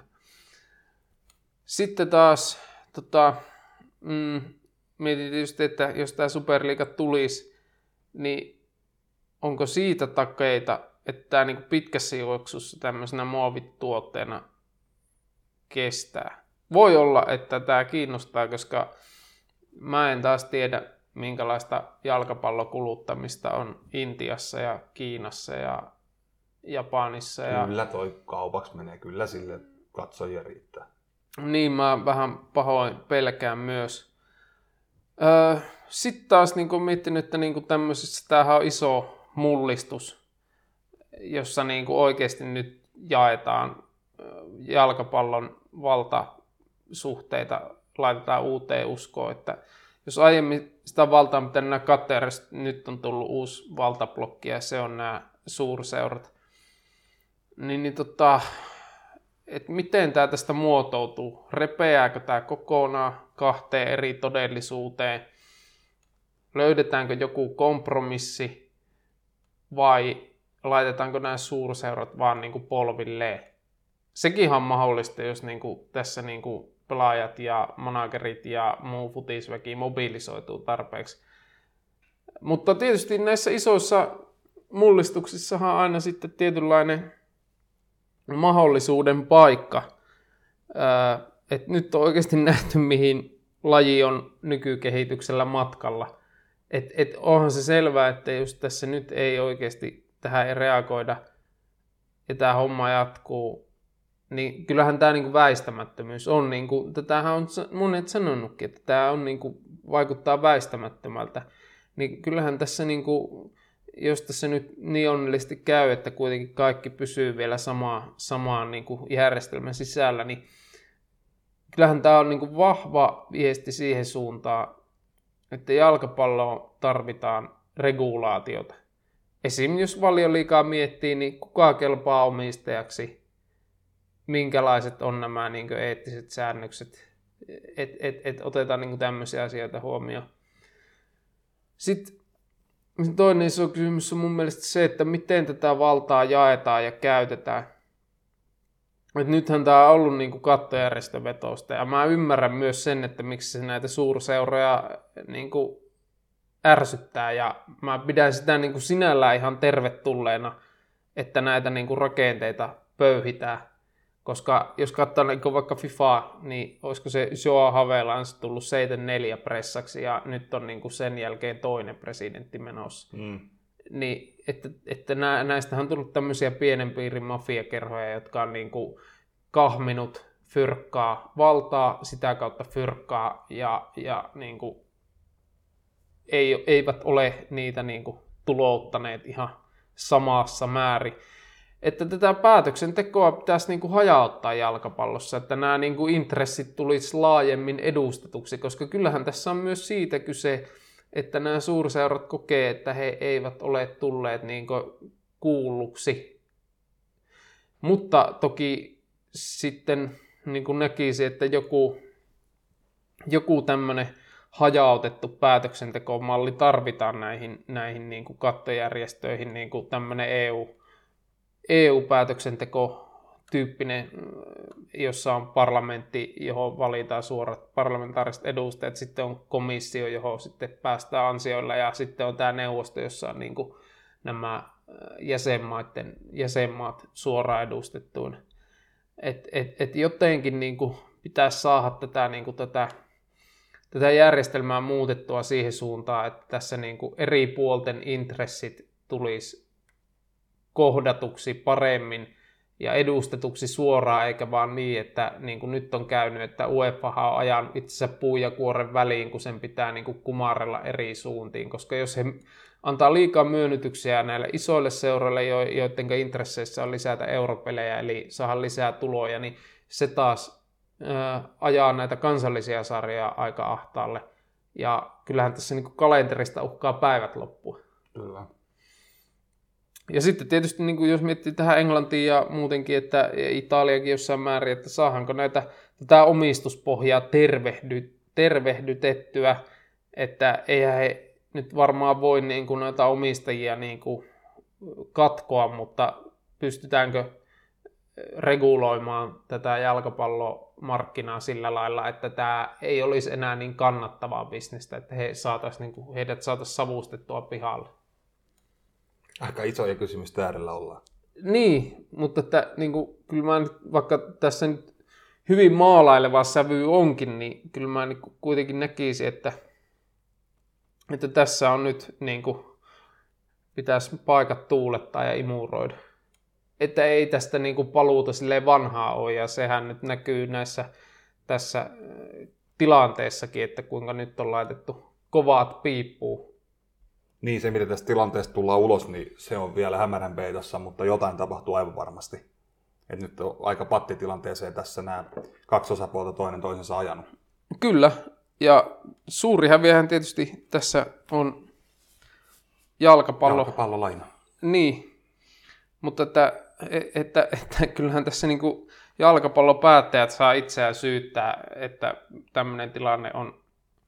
Sitten taas tota, mm, mietin tietysti, että jos tämä superliiga tulisi, niin onko siitä takeita, että tämä niinku pitkässä juoksussa tämmöisenä muovituotteena kestää. Voi olla, että tämä kiinnostaa, koska mä en taas tiedä, minkälaista jalkapallokuluttamista on Intiassa ja Kiinassa ja Japanissa. Ja... Kyllä toi kaupaksi menee, kyllä sille katsojia riittää. Niin, mä vähän pahoin pelkään myös. Öö, Sitten taas niin kun miettinyt, että niin tämmöisessä tämähän on iso mullistus, jossa niin oikeasti nyt jaetaan jalkapallon valtasuhteita, laitetaan uuteen uskoon, että jos aiemmin sitä valtaa, mitä nämä katteerista, nyt on tullut uusi valtablokki ja se on nämä suurseurat, niin, niin tota, että miten tämä tästä muotoutuu? Repeääkö tämä kokonaan kahteen eri todellisuuteen? Löydetäänkö joku kompromissi vai laitetaanko nämä suurseurat vaan niin kuin polvilleen? Sekin on mahdollista, jos niin kuin tässä niin kuin pelaajat ja managerit ja muu futisväki mobilisoituu tarpeeksi. Mutta tietysti näissä isoissa mullistuksissahan on aina sitten tietynlainen mahdollisuuden paikka. Et nyt on oikeasti nähty, mihin laji on nykykehityksellä matkalla. Et, et onhan se selvää, että jos tässä nyt ei oikeasti tähän ei reagoida ja tämä homma jatkuu, niin kyllähän tämä niinku väistämättömyys on, niinku, tätähän on monet sanonutkin, että tämä on niinku, vaikuttaa väistämättömältä. Niin kyllähän tässä, niinku, jos tässä nyt niin onnellisesti käy, että kuitenkin kaikki pysyy vielä samaa, samaan niinku järjestelmän sisällä, niin kyllähän tämä on niinku vahva viesti siihen suuntaan, että jalkapalloon tarvitaan regulaatiota. Esim. Jos Valioliigaa miettii, niin kuka kelpaa omistajaksi, minkälaiset on nämä niin kuin eettiset säännökset, että et, et otetaan niin kuin tämmöisiä asioita huomioon. Sitten toinen iso kysymys on mun mielestä se, että miten tätä valtaa jaetaan ja käytetään. Et nythän tämä on ollut niin kuin kattojärjestövetosta, ja mä ymmärrän myös sen, että miksi se näitä suurseuroja niin kuin ärsyttää, ja mä pidän sitä niin kuin sinällään ihan tervetulleena, että näitä niin kuin rakenteita pöyhitään. Koska jos katsoo niin vaikka FIFAa, niin olisiko se Joao Havelange tullut seitsemänkymmentäneljä pressaksi ja nyt on niin kuin sen jälkeen toinen presidentti menossa. Mm. Niin, että, että nä, näistähän on tullut tämmöisiä pienen piirin mafiakerhoja, jotka on niin kuin kahminut fyrkkaa valtaa, sitä kautta fyrkkaa ja, ja niin kuin ei, eivät ole niitä niin kuin tulouttaneet ihan samassa määrin. Että tätä päätöksentekoa pitäisi niin kuin hajauttaa jalkapallossa, että nämä niin kuin intressit tulisi laajemmin edustetuksi, koska kyllähän tässä on myös siitä kyse, että nämä suurseurat kokee, että he eivät ole tulleet niin kuin kuulluksi. Mutta toki sitten niin kuin näkisi, että joku, joku tämmöinen hajautettu päätöksentekomalli tarvitaan näihin, näihin niin kuin kattojärjestöihin, niin kuin tämmöinen E U E U-päätöksenteko-tyyppinen, jossa on parlamentti, johon valitaan suorat parlamentaariset edustajat, sitten on komissio, johon sitten päästään ansioilla, ja sitten on tämä neuvosto, jossa on niin kuin nämä jäsenmaiden, jäsenmaat suoraan edustettuina. Et, et, et jotenkin niin kuin pitäisi saada tätä, niin kuin tätä, tätä järjestelmää muutettua siihen suuntaan, että tässä niin kuin eri puolten intressit tulisi kohdatuksi paremmin ja edustetuksi suoraan, eikä vaan niin, että niin kuin nyt on käynyt, että UEFA on ajan itsensä puun ja kuoren väliin, kun sen pitää niin kuin kumarrella eri suuntiin, koska jos he antaa liikaa myönnytyksiä näille isoille seuroille, joiden intresseissä on lisätä europelejä, eli saada lisää tuloja, niin se taas ää, ajaa näitä kansallisia sarjoja aika ahtaalle. Ja kyllähän tässä niin kuin kalenterista uhkaa päivät loppua. Kyllä. Ja sitten tietysti, niin kuin jos miettii tähän Englantiin ja muutenkin, että Italiakin jossain määrin, että saadaanko näitä, tätä omistuspohjaa tervehdy, tervehdytettyä, että eihän he nyt varmaan voi niin kuin noita omistajia niin kuin katkoa, mutta pystytäänkö reguloimaan tätä jalkapallomarkkinaa sillä lailla, että tämä ei olisi enää niin kannattavaa bisnestä, että he saatais, niin kuin, heidät saataisiin savustettua pihalle. Aika isoja kysymystä äärellä ollaan. Niin, mutta että, niin kuin, kyllä mä nyt, vaikka tässä nyt hyvin maalaileva sävy onkin, niin kyllä mä niin kuin, kuitenkin näkisin, että, että tässä on nyt niin kuin, pitäisi paikat tuulettaa ja imuroida. Että ei tästä niin kuin, paluuta silleen vanhaa ole, ja sehän nyt näkyy näissä tässä tilanteessakin, että kuinka nyt on laitettu kovat piippuun. Niin, se mitä tästä tilanteesta tullaan ulos, niin se on vielä hämärän peitossa, mutta jotain tapahtuu aivan varmasti. Et nyt on aika pattitilanteeseen tässä nämä kaksi osapuolta toinen toisensa ajanut. Kyllä, ja suuri häviähän tietysti tässä on jalkapallo. Jalkapallolaina. Niin, mutta että, että, että kyllähän tässä niin kuin jalkapallopäättäjät saa itseään syyttää, että tämmöinen tilanne on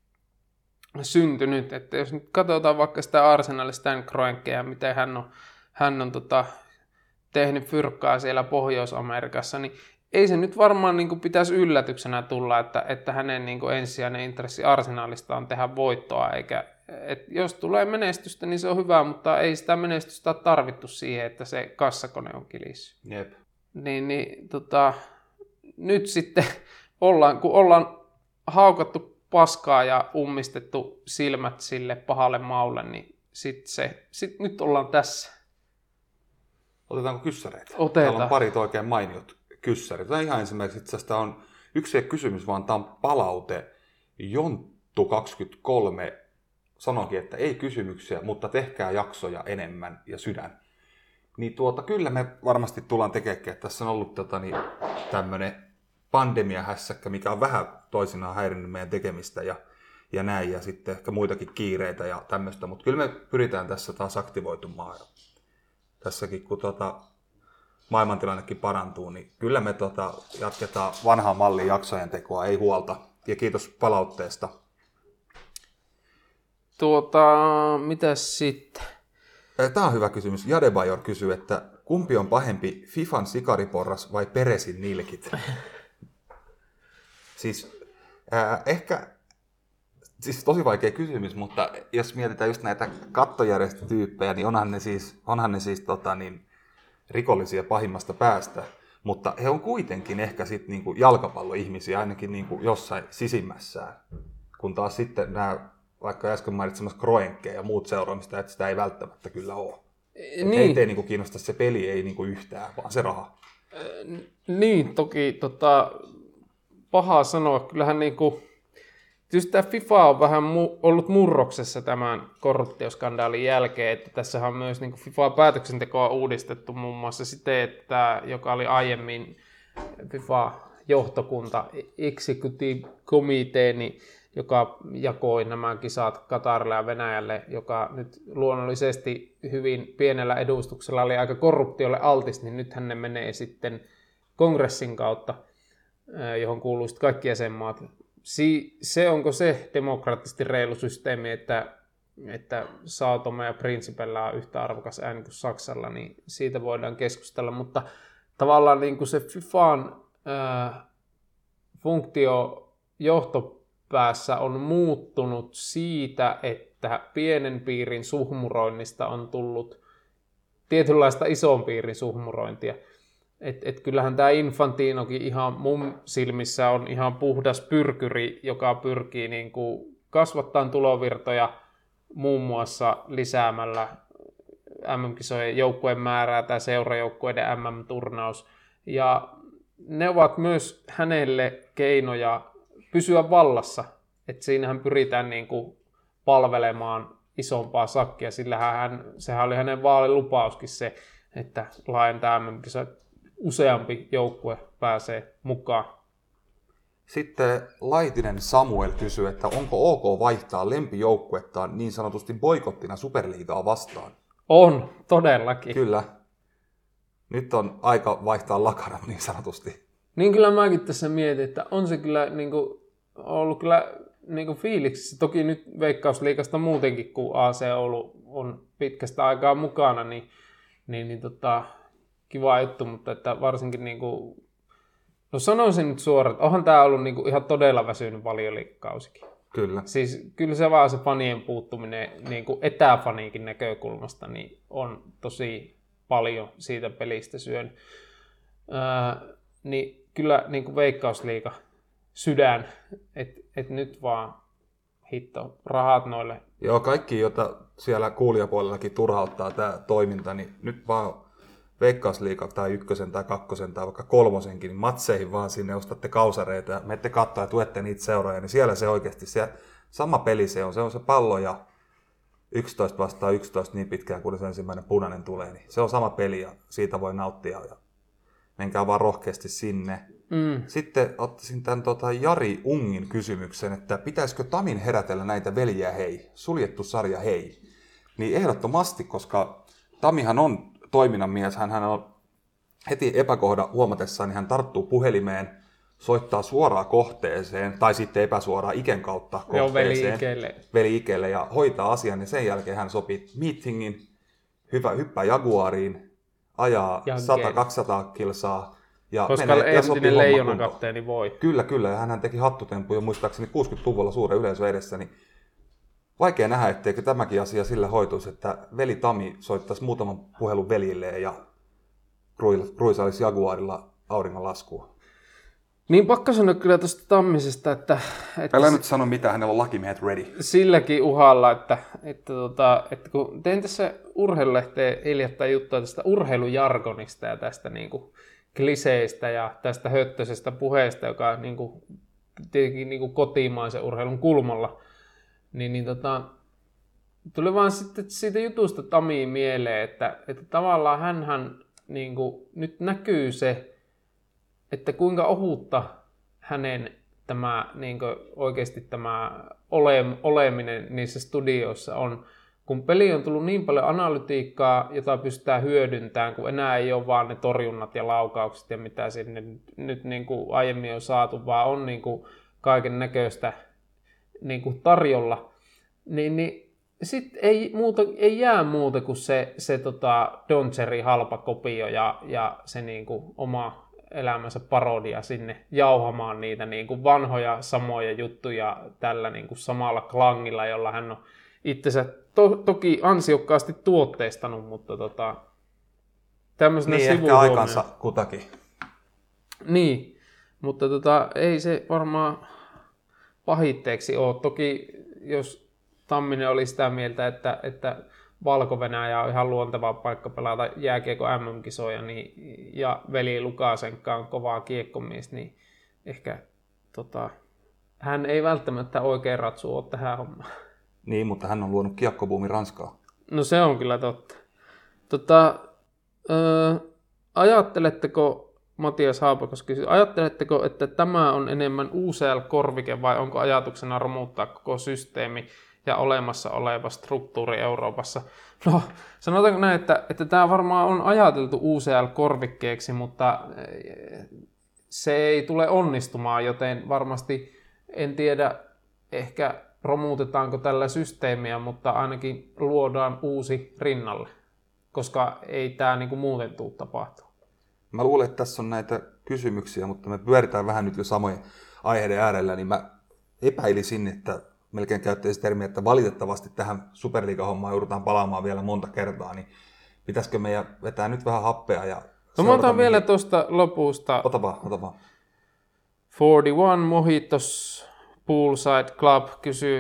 syntynyt. Että jos nyt katsotaan vaikka sitä Arsenalin Stan Kroenkeä, miten hän on, hän on tota, tehnyt fyrkkaa siellä Pohjois-Amerikassa, niin ei se nyt varmaan niin kuin pitäisi yllätyksenä tulla, että, että hänen niin kuin ensisijainen intressi Arsenalista on tehdä voittoa, eikä et jos tulee menestystä, niin se on hyvä, mutta ei sitä menestystä ole tarvittu siihen, että se kassakone on kilissy. Jep. Niin, niin tota, nyt sitten ollaan, kun ollaan haukattu paskaa ja ummistettu silmät sille pahalle maulle, niin sit se, sit nyt ollaan tässä. Otetaanko kyssäreitä? Otetaan. Täällä on parit oikein mainiot kyssärit. Tämä ihan ensimmäiseksi itse asiassa on yksi ei kysymys, vaan tämä on palaute. Jonttu kaksikymmentäkolme sanoikin, että ei kysymyksiä, mutta tehkää jaksoja enemmän ja sydän. Niin tuota, kyllä me varmasti tullaan tekemään, että tässä on ollut tota, niin, tämmöinen pandemiahässäkkä, mikä on vähän toisinaan häirinnyt meidän tekemistä ja, ja näin, ja sitten ehkä muitakin kiireitä ja tämmöistä, mutta kyllä me pyritään tässä taas aktivoitumaan. Ja tässäkin, kun tota, maailmantilannekin parantuu, niin kyllä me tota, jatketaan vanhaa mallin jaksojen tekoa, ei huolta. Ja kiitos palautteesta. Tuota, mitäs sitten? Tämä on hyvä kysymys. Jadebajor kysyy, että kumpi on pahempi, Fifan sikariporras vai Peresin nilkit? Siis äh, ehkä, siis tosi vaikea kysymys, mutta jos mietitään just näitä kattojärjestötyyppejä, niin onhan ne siis, onhan ne siis tota, niin, rikollisia pahimmasta päästä. Mutta he on kuitenkin ehkä sit niinku jalkapalloihmisiä ainakin niinku jossain sisimmässään. Kun taas sitten nämä, vaikka äsken mainitsemassa Kroenke ja muut seuraamista, että sitä ei välttämättä kyllä ole. Niin. Heitä ei niinku kiinnosta se peli, ei niinku yhtään, vaan se raha. Niin, toki tota, paha sanoa. Kyllähän niinku, tietysti tämä FIFA on vähän mu- ollut murroksessa tämän korruptioskandaalin jälkeen, että tässähän on myös niinku FIFA-päätöksentekoa uudistettu muun muassa siten, että joka oli aiemmin FIFA-johtokunta, Executive Committee, niin joka jakoi nämä kisat Katarille ja Venäjälle, joka nyt luonnollisesti hyvin pienellä edustuksella oli aika korruptiolle altis, niin nythän ne menee sitten kongressin kautta, johon kuuluu sitten kaikki jäsenmaat. Si- se onko se demokraattisesti reilu systeemi, että, että Sao Tome ja Principellä on yhtä arvokas ääni kuin Saksalla, niin siitä voidaan keskustella, mutta tavallaan niin kuin se FIFAn ää, funktio johtopäässä on muuttunut siitä, että pienen piirin suhmuroinnista on tullut tietynlaista ison piirin suhmurointia. Et, et kyllähän tämä Infantinokin ihan mun silmissä on ihan puhdas pyrkyri, joka pyrkii niin kuin kasvattamaan tulovirtoja muun muassa lisäämällä M M-kisojen joukkueen määrää tai seurajoukkueiden M M-turnaus Ja ne ovat myös hänelle keinoja pysyä vallassa. Että siinähän pyritään niin kuin palvelemaan isompaa sakkia. Sillähän hän, sehän oli hänen vaalilupauskin se, että laajentaa M M-kisat useampi joukkue pääsee mukaan. Sitten Laitinen Samuel kysyy, että onko ok vaihtaa lempijoukkuettaan niin sanotusti boikottina Superliigaa vastaan? On, todellakin. Kyllä. Nyt on aika vaihtaa lakanat niin sanotusti. Niin kyllä mäkin tässä mietin, että on se kyllä niin kuin, ollut kyllä niin kuin fiiliksissä. Toki nyt Veikkausliigasta muutenkin, kun A C Oulu on pitkästä aikaa mukana, niin, niin, niin tota, kiva juttu, mutta että varsinkin niin kuin, no sanoisin nyt suoraan, että onhan tämä ollut niin kuin ihan todella väsynyt Valioliigakausikin. Kyllä. Siis kyllä se vaan se fanien puuttuminen niin kuin etäfaniikin näkökulmasta niin on tosi paljon siitä pelistä syön. Öö, niin kyllä niin kuin Veikkausliiga sydän, että et nyt vaan hitto, rahat noille. Joo, kaikki, jota siellä kuulijapuolellakin turhauttaa tämä toiminta, niin nyt vaan Veikkausliiga tai ykkösen tai kakkosen tai vaikka kolmosenkin, niin matseihin vaan sinne ostatte kausareita ja menette katsoa ja tuette niitä seuroja, niin siellä se oikeasti, se sama peli se on, se on se pallo ja yksitoista vastaan yksitoista niin pitkään, kun se ensimmäinen punainen tulee, niin se on sama peli ja siitä voi nauttia ja menkää vaan rohkeasti sinne. Mm. Sitten ottaisin tämän tota, Jari Ungin kysymyksen, että pitäisikö Tamin herätellä näitä veljiä hei, suljettu sarja hei, niin ehdottomasti, koska Tamihan on toiminnan mies, hän, hän on heti epäkohda huomatessaan, niin hän tarttuu puhelimeen, soittaa suoraan kohteeseen, tai sitten epäsuoraan Iken kautta kohteeseen. Joo, veli-Ikelle. Veli-Ikelle, ja hoitaa asian, niin sen jälkeen hän sopii meetingin, hyvä, hyppää Jaguariin, ajaa sata kaksisataa kilsaa, ja koska menee, ja entinen leijonakapteeni voi. Kyllä, kyllä, ja hän teki hattutempuja muistaakseni kuusikymmentäluvulla suuren yleisön edessä, niin vaikea nähdä, etteikö tämäkin asia sillä hoituisi, että veli Tami soittaisi muutaman puhelun veljilleen ja kruisailisi Jaguarilla auringonlaskua. Niin pakko sanoa kyllä tuosta Tammisesta, että... että Älä nyt sano mitään, hänellä on lakimiehet ready. Silläkin uhalla, että, että, tota, että kun tein tässä urheilulehteen hiljattain juttua tästä urheilujargonista ja tästä niin kuin kliseistä ja tästä höttöisestä puheesta, joka niin kuin, tietenkin niin kuin kotimaisen urheilun kulmalla, niin, niin tota, tuli vaan sitten siitä jutusta Tamiin mieleen, että, että tavallaan hänhän niin kuin, nyt näkyy se, että kuinka ohutta hänen tämä niin kuin, oikeasti tämä ole, oleminen niissä studioissa on, kun peli on tullut niin paljon analytiikkaa, jota pystytään hyödyntämään, kun enää ei ole vaan ne torjunnat ja laukaukset ja mitä sinne nyt, nyt niin kuin aiemmin on saatu, vaan on niin kuin kaiken näköistä niin kuin tarjolla, niin, niin sitten ei, muuta, ei jää muuta kuin se, se tota Doncherin halpa kopio ja, ja se niin kuin oma elämänsä parodia sinne jauhamaan niitä niin kuin vanhoja samoja juttuja tällä niin kuin samalla klangilla, jolla hän on itsensä to, toki ansiokkaasti tuotteistanut, mutta tota, tämmöisenä niin, ehkä aikansa kutakin. Niin, mutta tota, ei se varmaan pahitteeksi ole. Toki jos Tamminen oli sitä mieltä, että, että Valko-Venäjä on ihan luonteva paikka pelata jääkiekko M M-kisoja, niin, ja veli Lukasenka on kovaa kiekkomies, niin ehkä tota, hän ei välttämättä oikein ratsu ole tähän hommaan. Niin, mutta hän on luonut kiekkobuumin Ranskaa. No se on kyllä totta. Tota, ö, ajatteletteko, Matias Haapakoski kysyy, ajatteletteko, että tämä on enemmän U C L-korvike vai onko ajatuksena romuttaa koko systeemi ja olemassa oleva struktuuri Euroopassa? No, sanotaanko näin, että, että tämä varmaan on ajateltu U C L-korvikkeeksi, mutta se ei tule onnistumaan, joten varmasti en tiedä, ehkä romutetaanko tällä systeemiä, mutta ainakin luodaan uusi rinnalle, koska ei tämä niinku muuten tule tapahtua. Mä luulen, että tässä on näitä kysymyksiä, mutta me pyöritään vähän nyt jo samojen aiheiden äärellä, niin mä epäilisin, että melkein käyttäisi termiä, että valitettavasti tähän Superliiga-hommaan joudutaan palaamaan vielä monta kertaa, niin pitäisikö meidän vetää nyt vähän happea ja no mä otan vielä tuosta lopusta. Ota vaan, ota vaan. neljäkymmentäyksi Mojitos Poolside Club kysyy,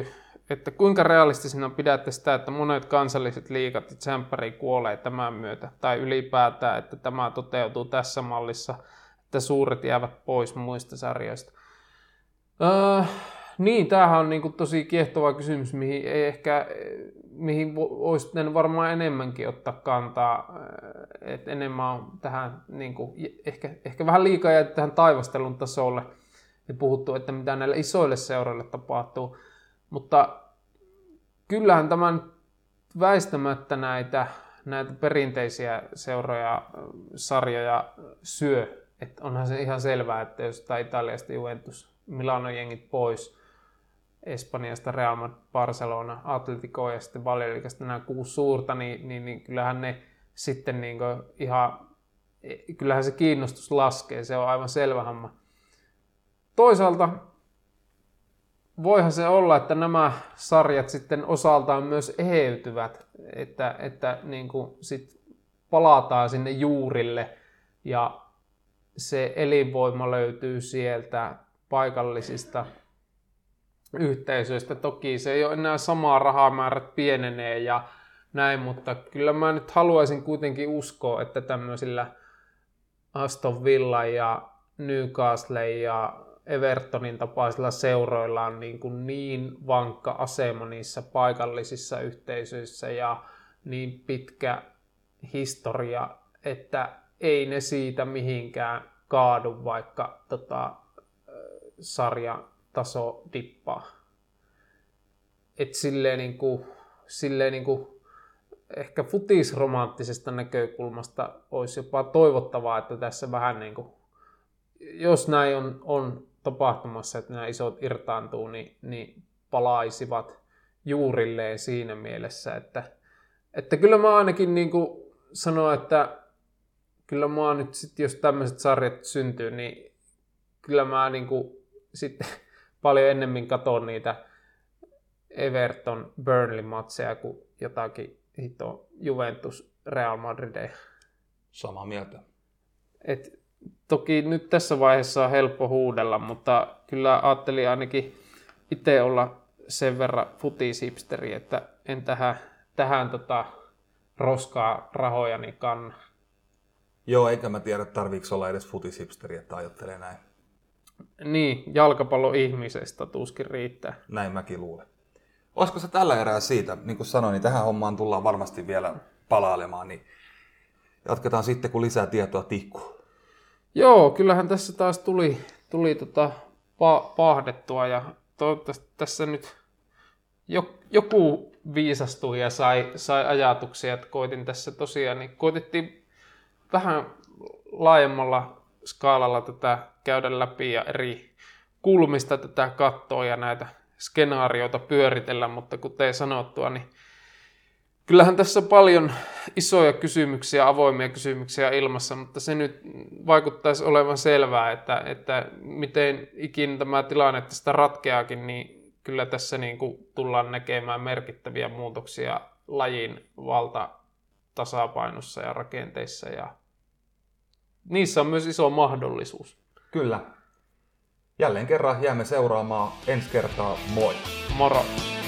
että kuinka realistisena pidätte sitä, että monet kansalliset liigat ja tsemppäri kuolee tämän myötä, tai ylipäätään, että tämä toteutuu tässä mallissa, että suuret jäävät pois muista sarjoista? Öö, niin, tämähän on niinku tosi kiehtova kysymys, mihin ei ehkä, mihin olisi varmaan enemmänkin ottaa kantaa, että enemmän on tähän, niinku, ehkä, ehkä vähän liikaa jääty tähän taivastelun tasolle ja puhuttu, että mitä näille isoille seuroille tapahtuu, mutta kyllähän tämän väistämättä näitä, näitä perinteisiä seuroja, sarjoja syö, että onhan se ihan selvää, että jos tämä Italiasta Juventus, Milanon jengit pois, Espanjasta Real Madrid, Barcelona, Atletico ja sitten Valioliigasta nämä kuusi suurta, niin, niin, niin kyllähän ne sitten niin ihan, kyllähän se kiinnostus laskee, se on aivan selvä homma. Toisaalta voihan se olla, että nämä sarjat sitten osaltaan myös eheytyvät, että, että niin kuin sit palataan sinne juurille ja se elinvoima löytyy sieltä paikallisista yhteisöistä. Toki se ei ole enää samaa rahamäärät pienenee ja näin, mutta kyllä mä nyt haluaisin kuitenkin uskoa, että tämmöisillä Aston Villa ja Newcastle ja Evertonin tapaisilla seuroilla on niin, kuin niin vankka asema niissä paikallisissa yhteisöissä ja niin pitkä historia, että ei ne siitä mihinkään kaadu, vaikka tota, sarjataso dippaa. Et silleen niinku, silleen niinku, ehkä futisromanttisesta näkökulmasta olisi jopa toivottavaa, että tässä vähän niinku, jos näin on, on tapahtumassa, että nämä isot irtaantuu, niin, niin palaisivat juurilleen siinä mielessä, että, että kyllä mä ainakin niinku sanon, että kyllä mä nyt sit, jos tämmöiset sarjat syntyy, niin kyllä mä niinku sitten paljon ennemmin katon niitä Everton Burnley-matseja kuin jotakin hito Juventus Real Madrideja. Samaa mieltä. Et toki nyt tässä vaiheessa on helppo huudella, mutta kyllä ajattelin ainakin itse olla sen verran futishipsteri, että en tähän, tähän tota roskaa rahojani kanna. Joo, eikä mä tiedä, tarviiko olla edes futishipsteri, että ajattelee näin. Niin, jalkapallon ihmisestä tuskin riittää. Näin mäkin luulen. Olisiko se tällä erää siitä, niin kuin sanoin, niin tähän hommaan tullaan varmasti vielä palailemaan, niin jatketaan sitten, kun lisää tietoa tikkuu. Joo, kyllähän tässä taas tuli, tuli tota pa- pahdettua ja toivottavasti tässä nyt joku viisastui ja sai, sai ajatuksia, että koitin tässä tosiaan, niin koitettiin vähän laajemmalla skaalalla tätä käydä läpi ja eri kulmista tätä kattoa ja näitä skenaarioita pyöritellä, mutta kuten sanottua, niin kyllähän tässä on paljon isoja kysymyksiä, avoimia kysymyksiä ilmassa, mutta se nyt vaikuttaisi olevan selvää, että, että miten ikinä tämä tilanne tästä ratkeakin, niin kyllä tässä niin kuin tullaan näkemään merkittäviä muutoksia lajin valtatasapainossa ja rakenteissa ja niissä on myös iso mahdollisuus. Kyllä. Jälleen kerran jäämme seuraamaan ensi kertaa. Moi! Moro!